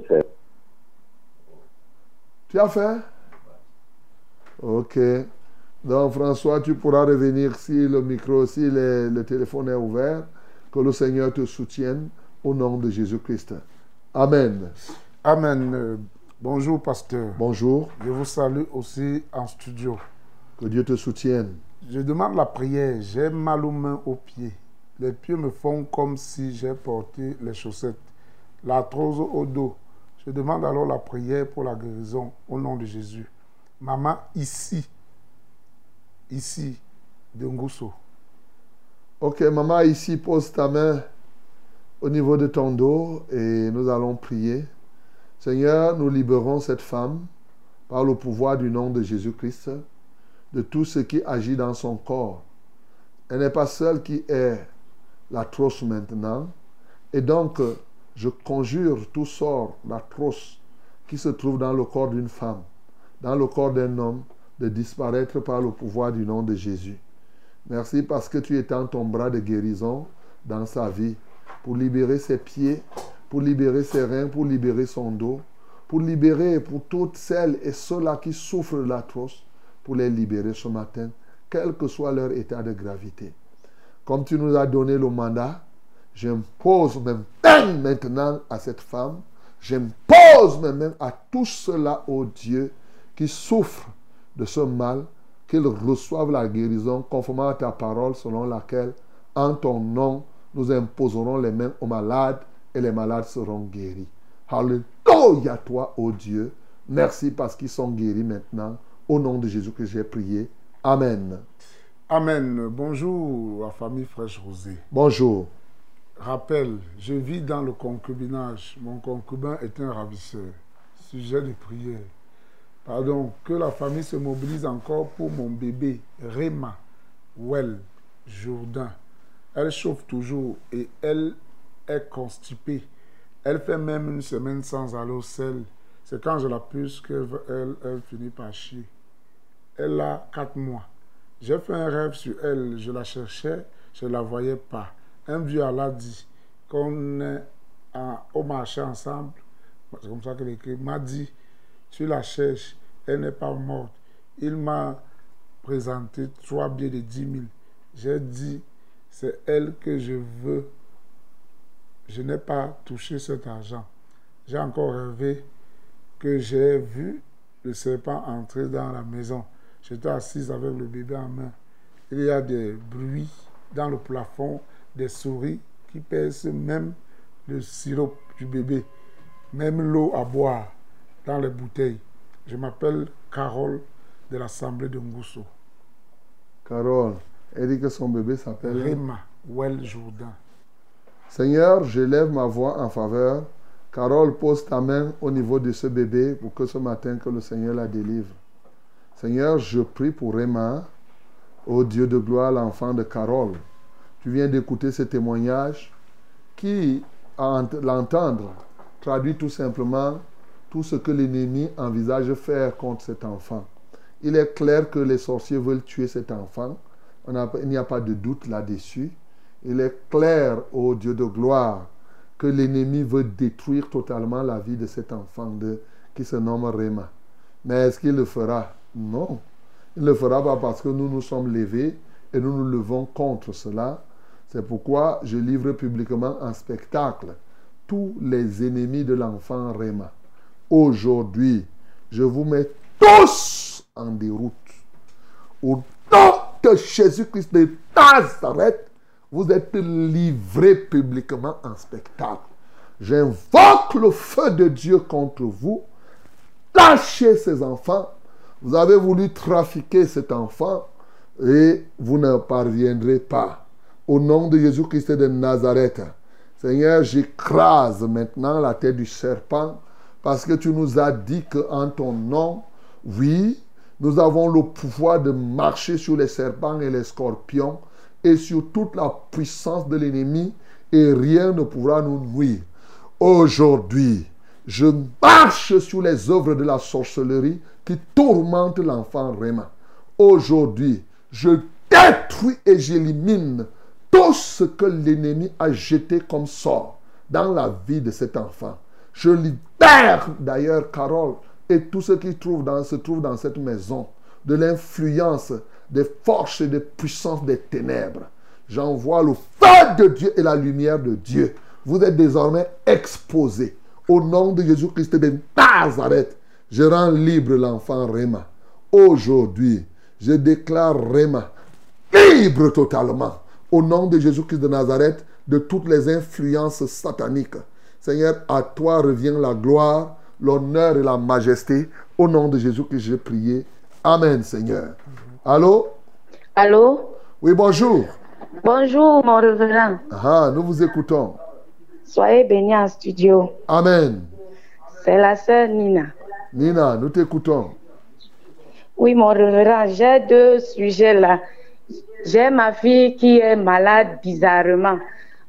S5: Tu as fait? Ok. Donc, François, tu pourras revenir si le micro, si le téléphone est ouvert. Que le Seigneur te soutienne au nom de Jésus-Christ. Amen.
S10: Amen. Bonjour, pasteur.
S5: Bonjour.
S10: Je vous salue aussi en studio.
S5: Que Dieu te soutienne.
S10: Je demande la prière. J'ai mal aux mains, aux pieds. Les pieds me font comme si j'ai porté les chaussettes. L'arthrose au dos. Je demande alors la prière pour la guérison au nom de Jésus. Maman, ici, de Ngousso.
S5: Ok, maman, ici, pose ta main au niveau de ton dos et nous allons prier. Seigneur, nous libérons cette femme par le pouvoir du nom de Jésus-Christ de tout ce qui agit dans son corps. Elle n'est pas seule qui est l'arthrose maintenant. Et donc, je conjure tout sort d'arthrose qui se trouve dans le corps d'une femme, dans le corps d'un homme, de disparaître par le pouvoir du nom de Jésus. Merci parce que tu étends ton bras de guérison dans sa vie pour libérer ses pieds, pour libérer ses reins, pour libérer son dos, pour libérer pour toutes celles et ceux-là qui souffrent de l'arthrose, pour les libérer ce matin, quel que soit leur état de gravité. comme tu nous as donné le mandat, j'impose mes mains maintenant à cette femme. J'impose mes mains à tous ceux-là, ô Dieu, qui souffrent de ce mal, qu'ils reçoivent la guérison conformément à ta parole selon laquelle, en ton nom, nous imposerons les mains aux malades et les malades seront guéris. Alléluia toi, ô Dieu. Merci parce qu'ils sont guéris maintenant. Au nom de Jésus que j'ai prié. Amen.
S10: Amen. Bonjour, la famille Fraîche Rosée.
S5: Bonjour.
S10: Rappel, je vis dans le concubinage. Mon concubin est un ravisseur. Sujet de prière. Pardon, que la famille se mobilise encore pour mon bébé, Réma, Jourdain. Elle chauffe toujours et elle est constipée. Elle fait même une semaine sans aller au sel. C'est quand je la pousse qu'elle finit par chier. Elle a 4 mois. J'ai fait un rêve sur elle. Je la cherchais, je ne la voyais pas. Un vieux Allah dit qu'on est au marché ensemble. C'est comme ça qu'elle écrit. M'a dit, tu la cherches, elle n'est pas morte. Il m'a présenté 3 billets de 10 000. J'ai dit, c'est elle que je veux. Je n'ai pas touché cet argent. J'ai encore rêvé que j'ai vu le serpent entrer dans la maison. J'étais assise avec le bébé en main. Il y a des bruits dans le plafond, des souris qui pèsent même le sirop du bébé, même l'eau à boire dans les bouteilles. Je m'appelle Carole de l'Assemblée de Ngousso.
S5: Carole, elle dit que son bébé s'appelle
S10: Réma Jourdain.
S5: Seigneur, je lève ma voix en faveur. Carole, pose ta main au niveau de ce bébé pour que ce matin que le Seigneur la délivre. Seigneur, je prie pour Réma, ô Dieu de gloire, l'enfant de Carole. Tu viens d'écouter ce témoignage qui, à l'entendre, traduit tout simplement tout ce que l'ennemi envisage faire contre cet enfant. Il est clair que les sorciers veulent tuer cet enfant. Il n'y a pas de doute là-dessus. Il est clair, ô Dieu de gloire, que l'ennemi veut détruire totalement la vie de cet enfant qui se nomme Réma. Mais est-ce qu'il le fera? Non. Il ne le fera pas parce que nous nous sommes levés et nous nous levons contre cela. C'est pourquoi je livre publiquement en spectacle tous les ennemis de l'enfant Réma. Aujourd'hui, je vous mets tous en déroute. Au nom de Jésus-Christ de Nazareth, vous êtes livrés publiquement en spectacle. J'invoque le feu de Dieu contre vous. Lâchez ces enfants. Vous avez voulu trafiquer cet enfant et vous ne parviendrez pas. Au nom de Jésus-Christ de Nazareth, Seigneur, j'écrase maintenant la tête du serpent parce que tu nous as dit qu'en ton nom, oui, nous avons le pouvoir de marcher sur les serpents et les scorpions et sur toute la puissance de l'ennemi et rien ne pourra nous nuire. Aujourd'hui, je marche sur les œuvres de la sorcellerie qui tourmentent l'enfant Réma. Aujourd'hui, je détruis et j'élimine tout ce que l'ennemi a jeté comme sort dans la vie de cet enfant. Je libère d'ailleurs Carole et tous ceux qui se trouvent dans cette maison de l'influence des forces et des puissances des ténèbres. J'envoie le feu de Dieu et la lumière de Dieu. Vous êtes désormais exposés. Au nom de Jésus-Christ de Nazareth, je rends libre l'enfant Réma. Aujourd'hui, je déclare Réma libre totalement. Au nom de Jésus-Christ de Nazareth, de toutes les influences sataniques. Seigneur, à toi revient la gloire, l'honneur et la majesté. Au nom de Jésus-Christ, j'ai prié. Amen, Seigneur. Allô?
S11: Allô?
S5: Oui, bonjour.
S11: Bonjour, mon révérend.
S5: Ah, nous vous écoutons.
S11: Soyez bénis en studio.
S5: Amen.
S11: C'est la sœur Nina.
S5: Nina, nous t'écoutons.
S11: Oui, mon révérend, j'ai 2 sujets là. J'ai ma fille qui est malade bizarrement.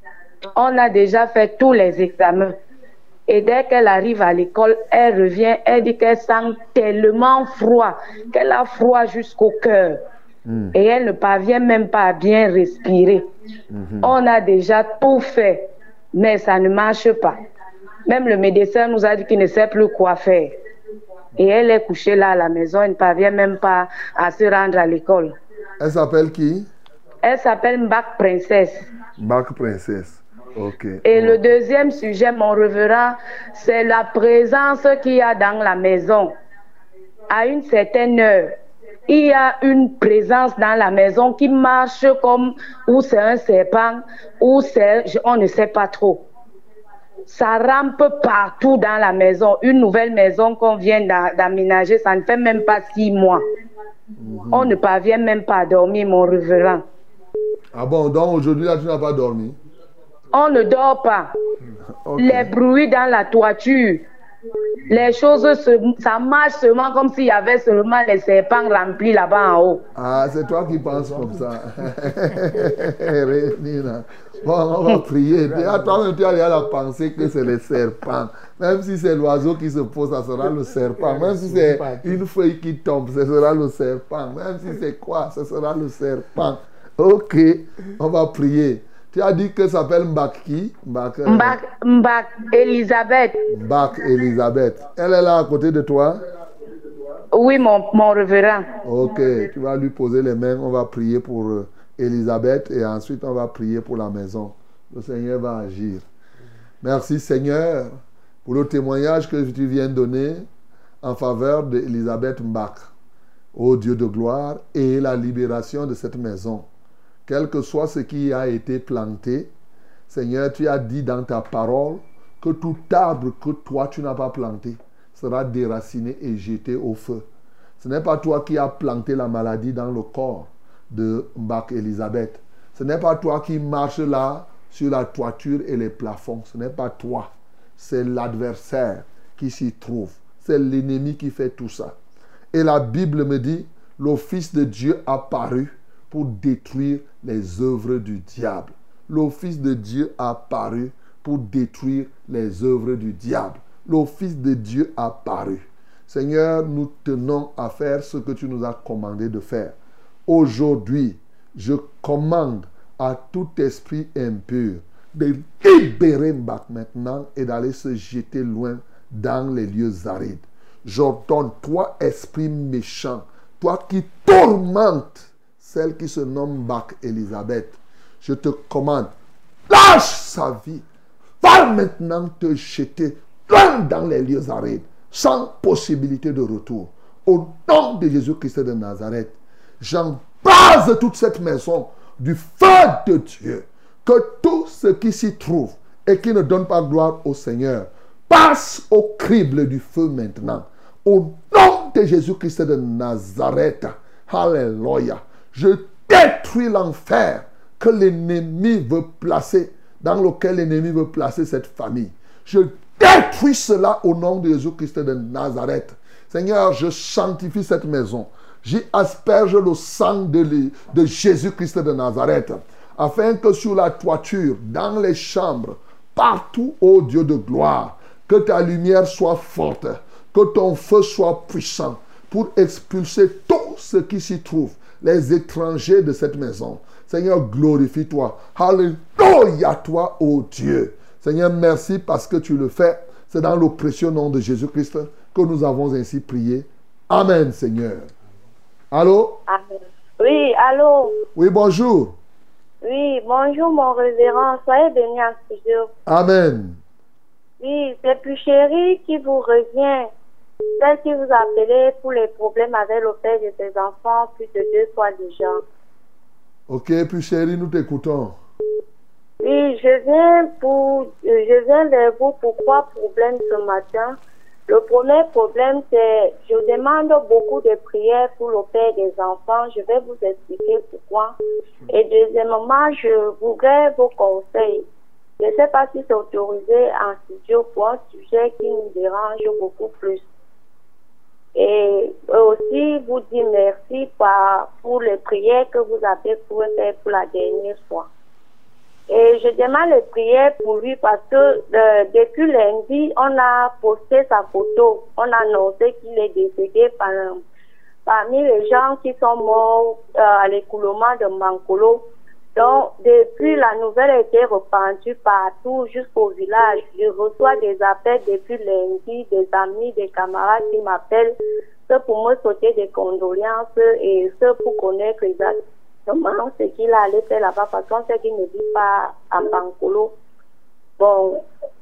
S11: On a déjà fait tous les examens. Et dès qu'elle arrive à l'école, elle revient, elle dit qu'elle sent tellement froid, qu'elle a froid jusqu'au cœur. Et elle ne parvient même pas à bien respirer. On a déjà tout fait, mais ça ne marche pas. Même le médecin nous a dit qu'il ne sait plus quoi faire. Et elle est couchée là à la maison, elle ne parvient même pas à se rendre à l'école.
S5: Elle s'appelle qui?
S11: Elle s'appelle Mbak Princesse.
S5: Mbak Princesse. Ok.
S11: Et le deuxième sujet, mon révérend, c'est la présence qu'il y a dans la maison. À une certaine heure, il y a une présence dans la maison qui marche comme ou c'est un serpent ou c'est, on ne sait pas trop. Ça rampe partout dans la maison. Une nouvelle maison qu'on vient d'aménager, ça ne fait même pas 6 mois. On ne parvient même pas à dormir, mon révérend.
S5: Ah bon, donc aujourd'hui, là, tu n'as pas dormi?
S11: On ne dort pas. Okay. Les bruits dans la toiture, les choses, ça marche seulement comme s'il y avait seulement les serpents remplis là-bas en haut.
S5: Ah, c'est toi qui penses comme ça. Nina. Bon, on va prier. Déjà, toi-même, tu as la pensée que c'est les serpents. Même si c'est l'oiseau qui se pose, ça sera le serpent. Même si c'est une feuille qui tombe, ce sera le serpent. Même si c'est quoi, ce sera le serpent. Ok, on va prier. Tu as dit que ça s'appelle Mbak qui?
S11: Mbak Elisabeth.
S5: Mbak Elisabeth. Elle est là à côté de toi?
S11: Oui, mon révérend.
S5: Ok, tu vas lui poser les mains. On va prier pour Elisabeth et ensuite on va prier pour la maison. Le Seigneur va agir. Merci Seigneur pour le témoignage que tu viens de donner en faveur d'Elisabeth Mbak. Ô Dieu de gloire, et la libération de cette maison. Quel que soit ce qui a été planté, Seigneur, tu as dit dans ta parole que tout arbre que toi tu n'as pas planté sera déraciné et jeté au feu. Ce n'est pas toi qui as planté la maladie dans le corps de Mbak Elisabeth. Ce n'est pas toi qui marches là sur la toiture et les plafonds. Ce n'est pas toi. C'est l'adversaire qui s'y trouve. C'est l'ennemi qui fait tout ça. Et la Bible me dit, le Fils de Dieu a paru pour détruire les œuvres du diable. Le Fils de Dieu a paru pour détruire les œuvres du diable. Le Fils de Dieu a paru. Seigneur, nous tenons à faire ce que tu nous as commandé de faire. Aujourd'hui, je commande à tout esprit impur de libérer Mbak maintenant et d'aller se jeter loin dans les lieux arides. J'ordonne, toi, esprit méchant, toi qui tourmentes celle qui se nomme Mbak Elisabeth, je te commande, lâche sa vie, va maintenant te jeter loin dans les lieux arides, sans possibilité de retour. Au nom de Jésus-Christ de Nazareth, j'embrase toute cette maison du feu de Dieu, que tout ce qui s'y trouve et qui ne donne pas gloire au Seigneur passe au crible du feu maintenant. Au nom de Jésus-Christ de Nazareth, alléluia. Je détruis l'enfer que l'ennemi veut placer, dans lequel l'ennemi veut placer cette famille. Je détruis cela au nom de Jésus-Christ de Nazareth. Seigneur, je sanctifie cette maison. J'y asperge le sang de Jésus-Christ de Nazareth, afin que sur la toiture, dans les chambres, partout, ô Dieu de gloire, que ta lumière soit forte, que ton feu soit puissant pour expulser tout ce qui s'y trouve, les étrangers de cette maison. Seigneur, glorifie-toi. Alléluia, toi, ô Dieu. Seigneur, merci parce que tu le fais. C'est dans le précieux nom de Jésus-Christ que nous avons ainsi prié. Amen, Seigneur. Allô?
S12: Amen. Oui, allô?
S5: Oui, bonjour.
S12: Oui, bonjour, mon révérend. Soyez bénis en ce jour.
S5: Amen.
S12: Oui, c'est plus chérie qui vous revient. Celle qui vous a appelé pour les problèmes avec le père de ses enfants plus de 2 fois déjà.
S5: Ok, puis chérie, nous t'écoutons.
S12: Oui, je viens vers vous pour 3 problèmes ce matin. Le premier problème, c'est je demande beaucoup de prières pour le père des enfants. Je vais vous expliquer pourquoi. Et deuxièmement, je voudrais vos conseils. Je ne sais pas si c'est autorisé en studio pour un sujet qui nous dérange beaucoup plus. Et aussi vous dire merci pour les prières que vous avez fait pour la dernière fois. Et je demande les prières pour lui parce que depuis lundi, on a posté sa photo. On a annoncé qu'il est décédé parmi les gens qui sont morts à l'écoulement de Mankolo. Donc, depuis la nouvelle a été répandue partout jusqu'au village. Je reçois des appels depuis lundi, des amis, des camarades qui m'appellent, ceux pour me souhaiter des condoléances et ceux pour connaître exactement ce qu'il allait faire là-bas parce qu'on sait qu'il ne vit pas à Bankolo. Bon,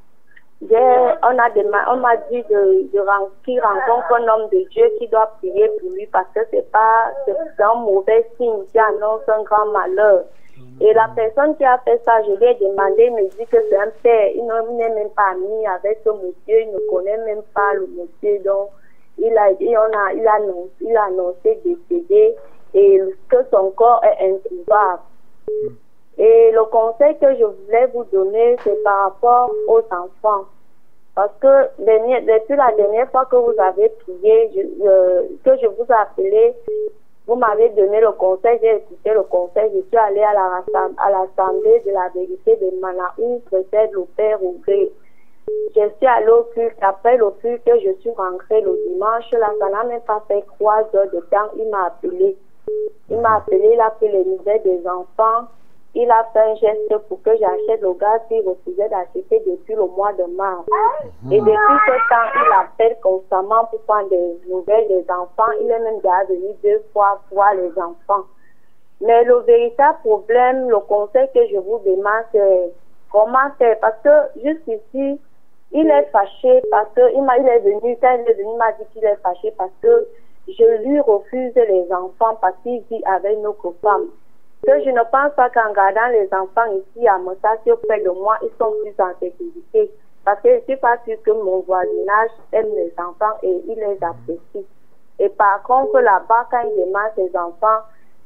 S12: on m'a dit qu'il rencontre un homme de Dieu qui doit prier pour lui parce que c'est un mauvais signe qui annonce un grand malheur. Et la personne qui a fait ça, je lui ai demandé, il me dit que c'est un père, il n'est même pas ami avec ce monsieur, il ne connaît même pas le monsieur, donc il a annoncé décédé et que son corps est introuvable. Et le conseil que je voulais vous donner, c'est par rapport aux enfants. Parce que depuis la dernière fois que vous avez prié, que je vous ai appelé, vous m'avez donné le conseil, j'ai écouté le conseil, je suis allée à l'Assemblée de la vérité de Manaou, précède le Père Ougré. Je suis allée au culte, après le culte, je suis rentrée le dimanche, là, ça n'a même pas fait 3 heures de temps, il m'a appelé. Il a pris les nouvelles des enfants. Il a fait un geste pour que j'achète le gaz qu'il refusait d'acheter depuis le mois de mars. Et depuis ce temps, il appelle constamment pour prendre des nouvelles des enfants. Il est même déjà venu 2 fois voir les enfants. Mais le véritable problème, le conseil que je vous demande, c'est comment faire. Parce que jusqu'ici, il est fâché parce que quand il est venu, il m'a dit qu'il est fâché parce que je lui refuse les enfants parce qu'il vit avec notre femme. Que je ne pense pas qu'en gardant les enfants ici à Mossassi près de moi, ils sont plus en sécurité. Parce que je ne suis pas sûre que mon voisinage aime les enfants et il les apprécie. Et par contre, là-bas, quand il demande ses enfants,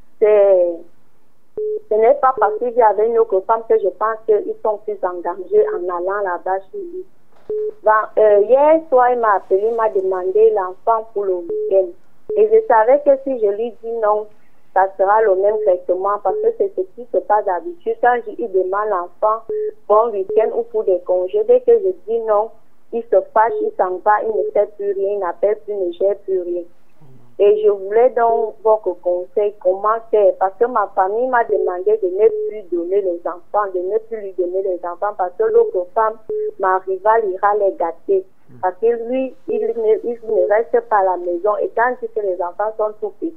S12: ce n'est pas parce qu'il y avait une autre femme que je pense qu'ils sont plus en danger en allant là-bas chez lui. Hier soir, il m'a appelé, il m'a demandé l'enfant pour le week-end. Et je savais que si je lui dis non, ça sera le même traitement parce que c'est ce qui se passe d'habitude. Quand il demande l'enfant bon week-end ou pour des congés, dès que je dis non, il se fâche, il s'en va, il ne fait plus rien, il n'appelle plus, il ne gère plus rien. Et je voulais donc votre conseil, comment faire, parce que ma famille m'a demandé de ne plus donner les enfants, de ne plus lui donner les enfants, parce que l'autre femme, ma rivale, ira les gâter. Parce que lui, il ne reste pas à la maison, et quand il dit que les enfants sont tout petits,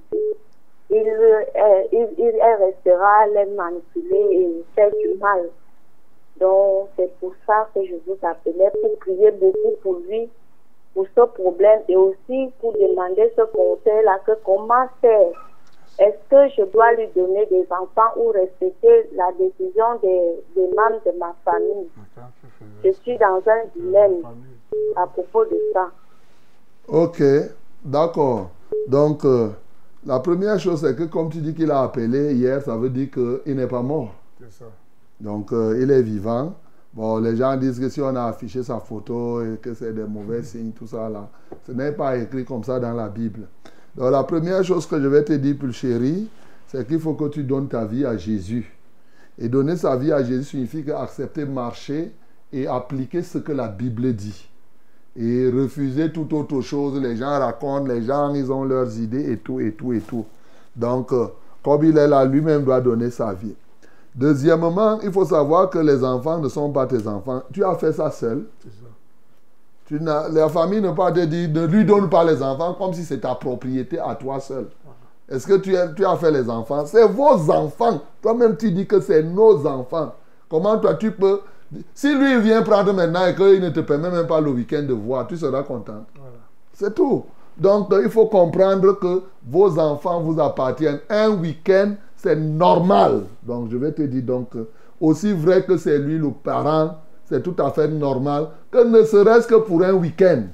S12: elle restera les manipuler et faire du mal. Donc, c'est pour ça que je vous appelais, pour prier beaucoup pour lui, pour ce problème, et aussi pour demander ce conseil-là, que comment faire. Est-ce que je dois lui donner des enfants ou respecter la décision des membres de ma famille? Je suis dans un dilemme à propos de ça.
S5: Ok, d'accord. Donc, la première chose, c'est que comme tu dis qu'il a appelé hier, ça veut dire qu'il n'est pas mort.
S10: C'est ça.
S5: Donc, il est vivant. Bon, les gens disent que si on a affiché sa photo et que c'est des mauvais signes, tout ça là, ce n'est pas écrit comme ça dans la Bible. Donc, la première chose que je vais te dire, plus chérie, c'est qu'il faut que tu donnes ta vie à Jésus. Et donner sa vie à Jésus signifie accepter marcher et appliquer ce que la Bible dit. Et refuser toute autre chose. Les gens racontent, les gens, ils ont leurs idées et tout, et tout, et tout. Donc, comme il est là, lui-même doit donner sa vie. Deuxièmement, il faut savoir que les enfants ne sont pas tes enfants. Tu as fait ça seul. C'est ça. La famille ne peut pas te dire, ne lui donne pas les enfants comme si c'est ta propriété à toi seul. Est-ce que tu as fait les enfants? C'est vos enfants. Toi-même, tu dis que c'est nos enfants. Comment toi, tu peux... Si lui vient prendre maintenant et qu'il ne te permet même pas le week-end de voir, tu seras content. Voilà. C'est tout. Donc, il faut comprendre que vos enfants vous appartiennent. Un week-end, c'est normal. Donc, je vais te dire, donc, aussi vrai que c'est lui le parent, c'est tout à fait normal, que ne serait-ce que pour un week-end.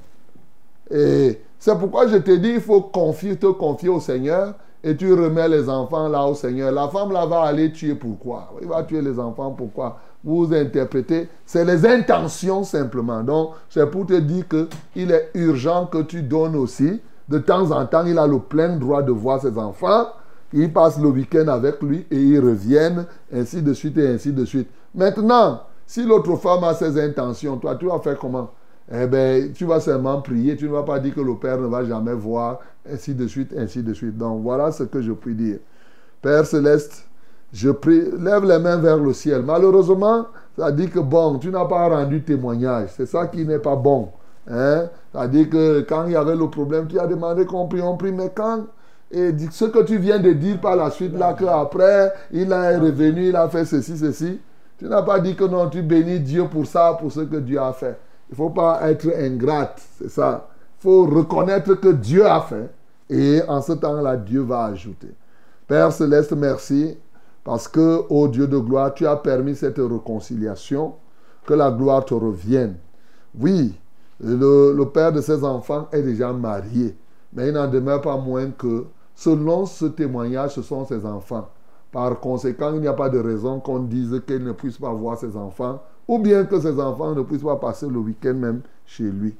S5: Et c'est pourquoi je te dis, il faut te confier au Seigneur et tu remets les enfants là au Seigneur. La femme là va aller tuer pourquoi? Il va tuer les enfants pourquoi? Vous interprétez, c'est les intentions simplement. Donc, c'est pour te dire qu'il est urgent que tu donnes aussi. De temps en temps, il a le plein droit de voir ses enfants. Ils passent le week-end avec lui et ils reviennent, ainsi de suite et ainsi de suite. Maintenant, si l'autre femme a ses intentions, toi, tu vas faire comment? Eh bien, tu vas seulement prier. Tu ne vas pas dire que le Père ne va jamais voir, ainsi de suite, ainsi de suite. Donc, voilà ce que je puis dire. Père Céleste, je prie, lève les mains vers le ciel. Malheureusement, ça dit que bon, tu n'as pas rendu témoignage. C'est ça qui n'est pas bon. Hein? Ça dit que quand il y avait le problème, tu as demandé qu'on prie, on prie. Mais quand Et ce que tu viens de dire par la suite, là, qu'après, il est revenu, il a fait ceci, ceci. Tu n'as pas dit que non, tu bénis Dieu pour ça, pour ce que Dieu a fait. Il ne faut pas être ingrate, c'est ça. Il faut reconnaître que Dieu a fait. Et en ce temps-là, Dieu va ajouter. Père Céleste, merci. Parce que, ô Dieu de gloire, tu as permis cette réconciliation. Que la gloire te revienne. Oui, le père de ses enfants est déjà marié. Mais il n'en demeure pas moins que, selon ce témoignage, ce sont ses enfants. Par conséquent, il n'y a pas de raison qu'on dise qu'il ne puisse pas voir ses enfants, ou bien que ses enfants ne puissent pas passer le week-end même chez lui.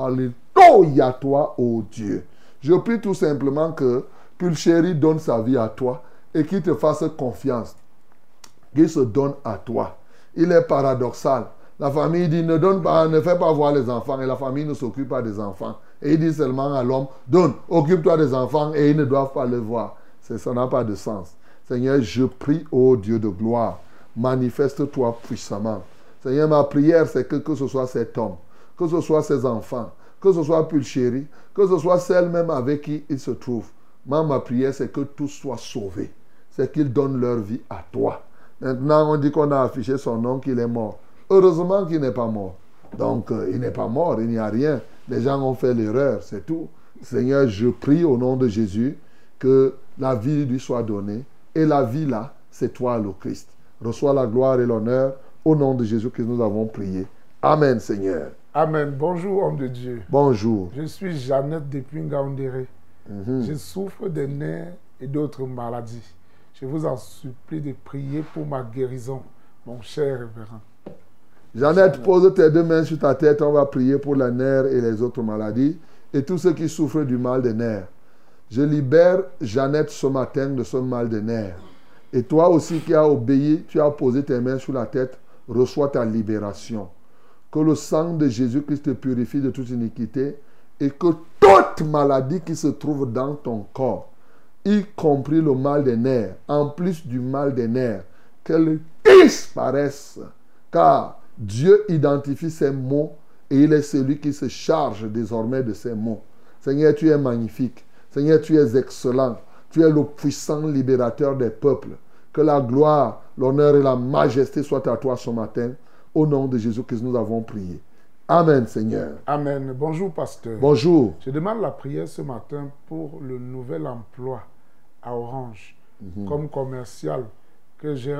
S5: Alléluia, toi, ô Dieu. Je prie tout simplement que Pulchéri donne sa vie à toi et qu'il te fasse confiance, qu'il se donne à toi. Il est paradoxal. La famille dit ne fais pas voir les enfants, et la famille ne s'occupe pas des enfants. Et il dit seulement à l'homme, donne, occupe-toi des enfants, et ils ne doivent pas le voir. Ça n'a pas de sens. Seigneur, je prie, ô Dieu de gloire, manifeste-toi puissamment. Seigneur, ma prière, c'est que ce soit cet homme, que ce soit ses enfants, que ce soit Pulchéri, que ce soit celle même avec qui il se trouve. Ma prière, c'est que tous soient sauvés. C'est qu'ils donnent leur vie à toi. Maintenant, on dit qu'on a affiché son nom, qu'il est mort. Heureusement qu'il n'est pas mort. Donc, il n'est pas mort, il n'y a rien. Les gens ont fait l'erreur, c'est tout. Seigneur, je prie au nom de Jésus que la vie lui soit donnée. Et la vie là, c'est toi le Christ. Reçois la gloire et l'honneur au nom de Jésus que nous avons prié. Amen, Seigneur.
S10: Amen. Bonjour, homme de Dieu.
S5: Bonjour.
S10: Je suis Jeannette depuis Ngaoundéré. Je souffre des nerfs et d'autres maladies. Je vous en supplie de prier pour ma guérison, mon cher révérend.
S5: Jeannette, pose tes deux mains sur ta tête. On va prier pour les nerfs et les autres maladies et tous ceux qui souffrent du mal des nerfs. Je libère Jeannette ce matin de ce mal des nerfs. Et toi aussi qui as obéi, tu as posé tes mains sur la tête, reçois ta libération. Que le sang de Jésus-Christ te purifie de toute iniquité et que toute maladie qui se trouve dans ton corps, y compris le mal des nerfs, en plus du mal des nerfs, qu'elle disparaisse. Car Dieu identifie ses maux et il est celui qui se charge désormais de ces maux. Seigneur, tu es magnifique. Seigneur, tu es excellent. Tu es le puissant libérateur des peuples. Que la gloire, l'honneur et la majesté soient à toi ce matin. Au nom de Jésus-Christ, nous avons prié. Amen, Seigneur.
S10: Amen. Bonjour, pasteur.
S5: Bonjour.
S10: Je demande la prière ce matin pour le nouvel emploi à Orange comme commercial que je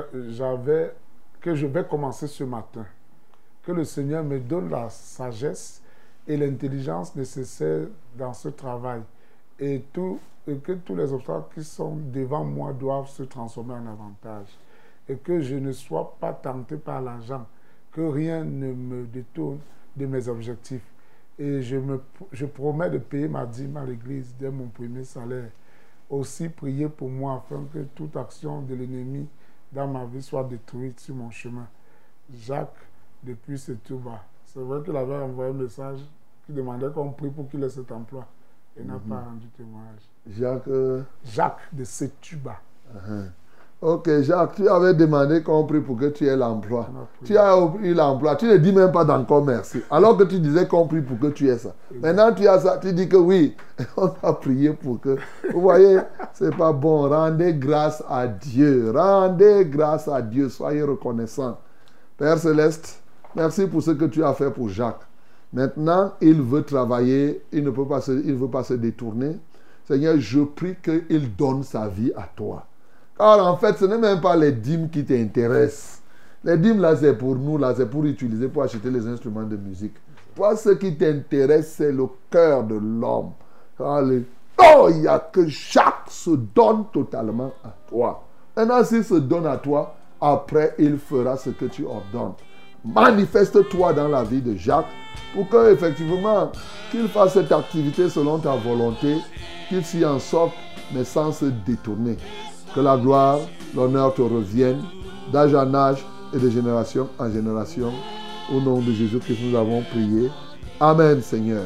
S10: vais commencer ce matin. Que le Seigneur me donne la sagesse et l'intelligence nécessaires dans ce travail et que tous les obstacles qui sont devant moi doivent se transformer en avantage et que je ne sois pas tenté par l'argent, que rien ne me détourne de mes objectifs. Et je promets de payer ma dîme à l'église dès mon premier salaire. Aussi prier pour moi afin que toute action de l'ennemi dans ma vie soit détruite sur mon chemin. Jacques, depuis Setouba. C'est vrai qu'il avait envoyé un message qui demandait qu'on prie pour qu'il ait cet emploi. Il n'a pas rendu témoignage. Jacques de Setouba.
S5: Ok, Jacques, tu avais demandé qu'on prie pour que tu aies l'emploi. Tu as eu l'emploi. Tu ne dis même pas d'encore merci. Alors que tu disais qu'on prie pour que tu aies ça. Maintenant, tu as ça. Tu dis que oui, on a prié pour que... Vous voyez, c'est pas bon. Rendez grâce à Dieu. Rendez grâce à Dieu. Soyez reconnaissants. Père Céleste, merci pour ce que tu as fait pour Jacques. Maintenant, il veut travailler. Il ne veut pas se détourner. Seigneur, je prie qu'il donne sa vie à toi. Car en fait, ce n'est même pas les dîmes qui t'intéressent. Les dîmes, là, c'est pour nous, là, c'est pour utiliser, pour acheter les instruments de musique. Toi, ce qui t'intéresse, c'est le cœur de l'homme. Il y a que Jacques se donne totalement à toi. Maintenant, s'il se donne à toi, après, il fera ce que tu ordonnes. Manifeste-toi dans la vie de Jacques pour qu'effectivement, qu'il fasse cette activité selon ta volonté, qu'il s'y en sorte, mais sans se détourner. Que la gloire, l'honneur te reviennent d'âge en âge et de génération en génération. Au nom de Jésus-Christ, nous avons prié. Amen, Seigneur.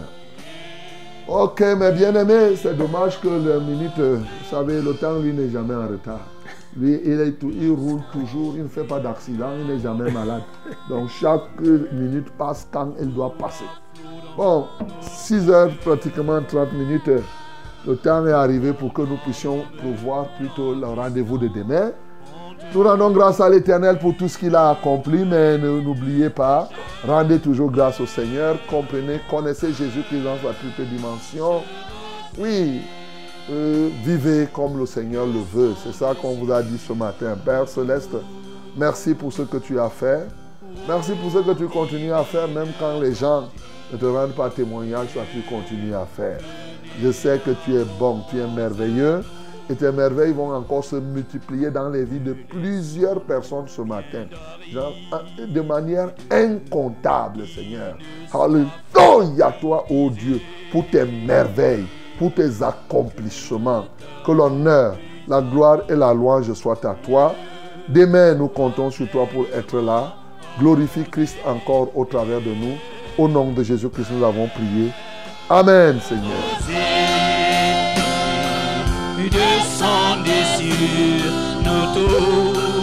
S5: Ok, mes bien-aimés, c'est dommage que la minute, vous savez, le temps, lui, n'est jamais en retard. Lui, il roule toujours, il ne fait pas d'accident, il n'est jamais malade. Donc, chaque minute passe quand elle doit passer. Bon, 6 heures, pratiquement 30 minutes. le temps est arrivé pour que nous puissions prévoir plutôt le rendez-vous de demain. Nous rendons grâce à l'Éternel pour tout ce qu'il a accompli, mais n'oubliez pas, rendez toujours grâce au Seigneur. Comprenez, connaissez Jésus-Christ dans sa triple dimension. Oui, vivez comme le Seigneur le veut. C'est ça qu'on vous a dit ce matin. Père Céleste, merci pour ce que tu as fait. Merci pour ce que tu continues à faire, même quand les gens ne te rendent pas témoignage, toi tu continues à faire. Je sais que tu es bon, tu es merveilleux. Et tes merveilles vont encore se multiplier dans les vies de plusieurs personnes ce matin. De manière incontable, Seigneur. Alléluia, toi, ô Dieu, pour tes merveilles, pour tes accomplissements. Que l'honneur, la gloire et la louange soient à toi. Demain, nous comptons sur toi pour être là. Glorifie Christ encore au travers de nous. Au nom de Jésus-Christ, nous avons prié. Amen, Seigneur.
S4: Descendez sur nous tous.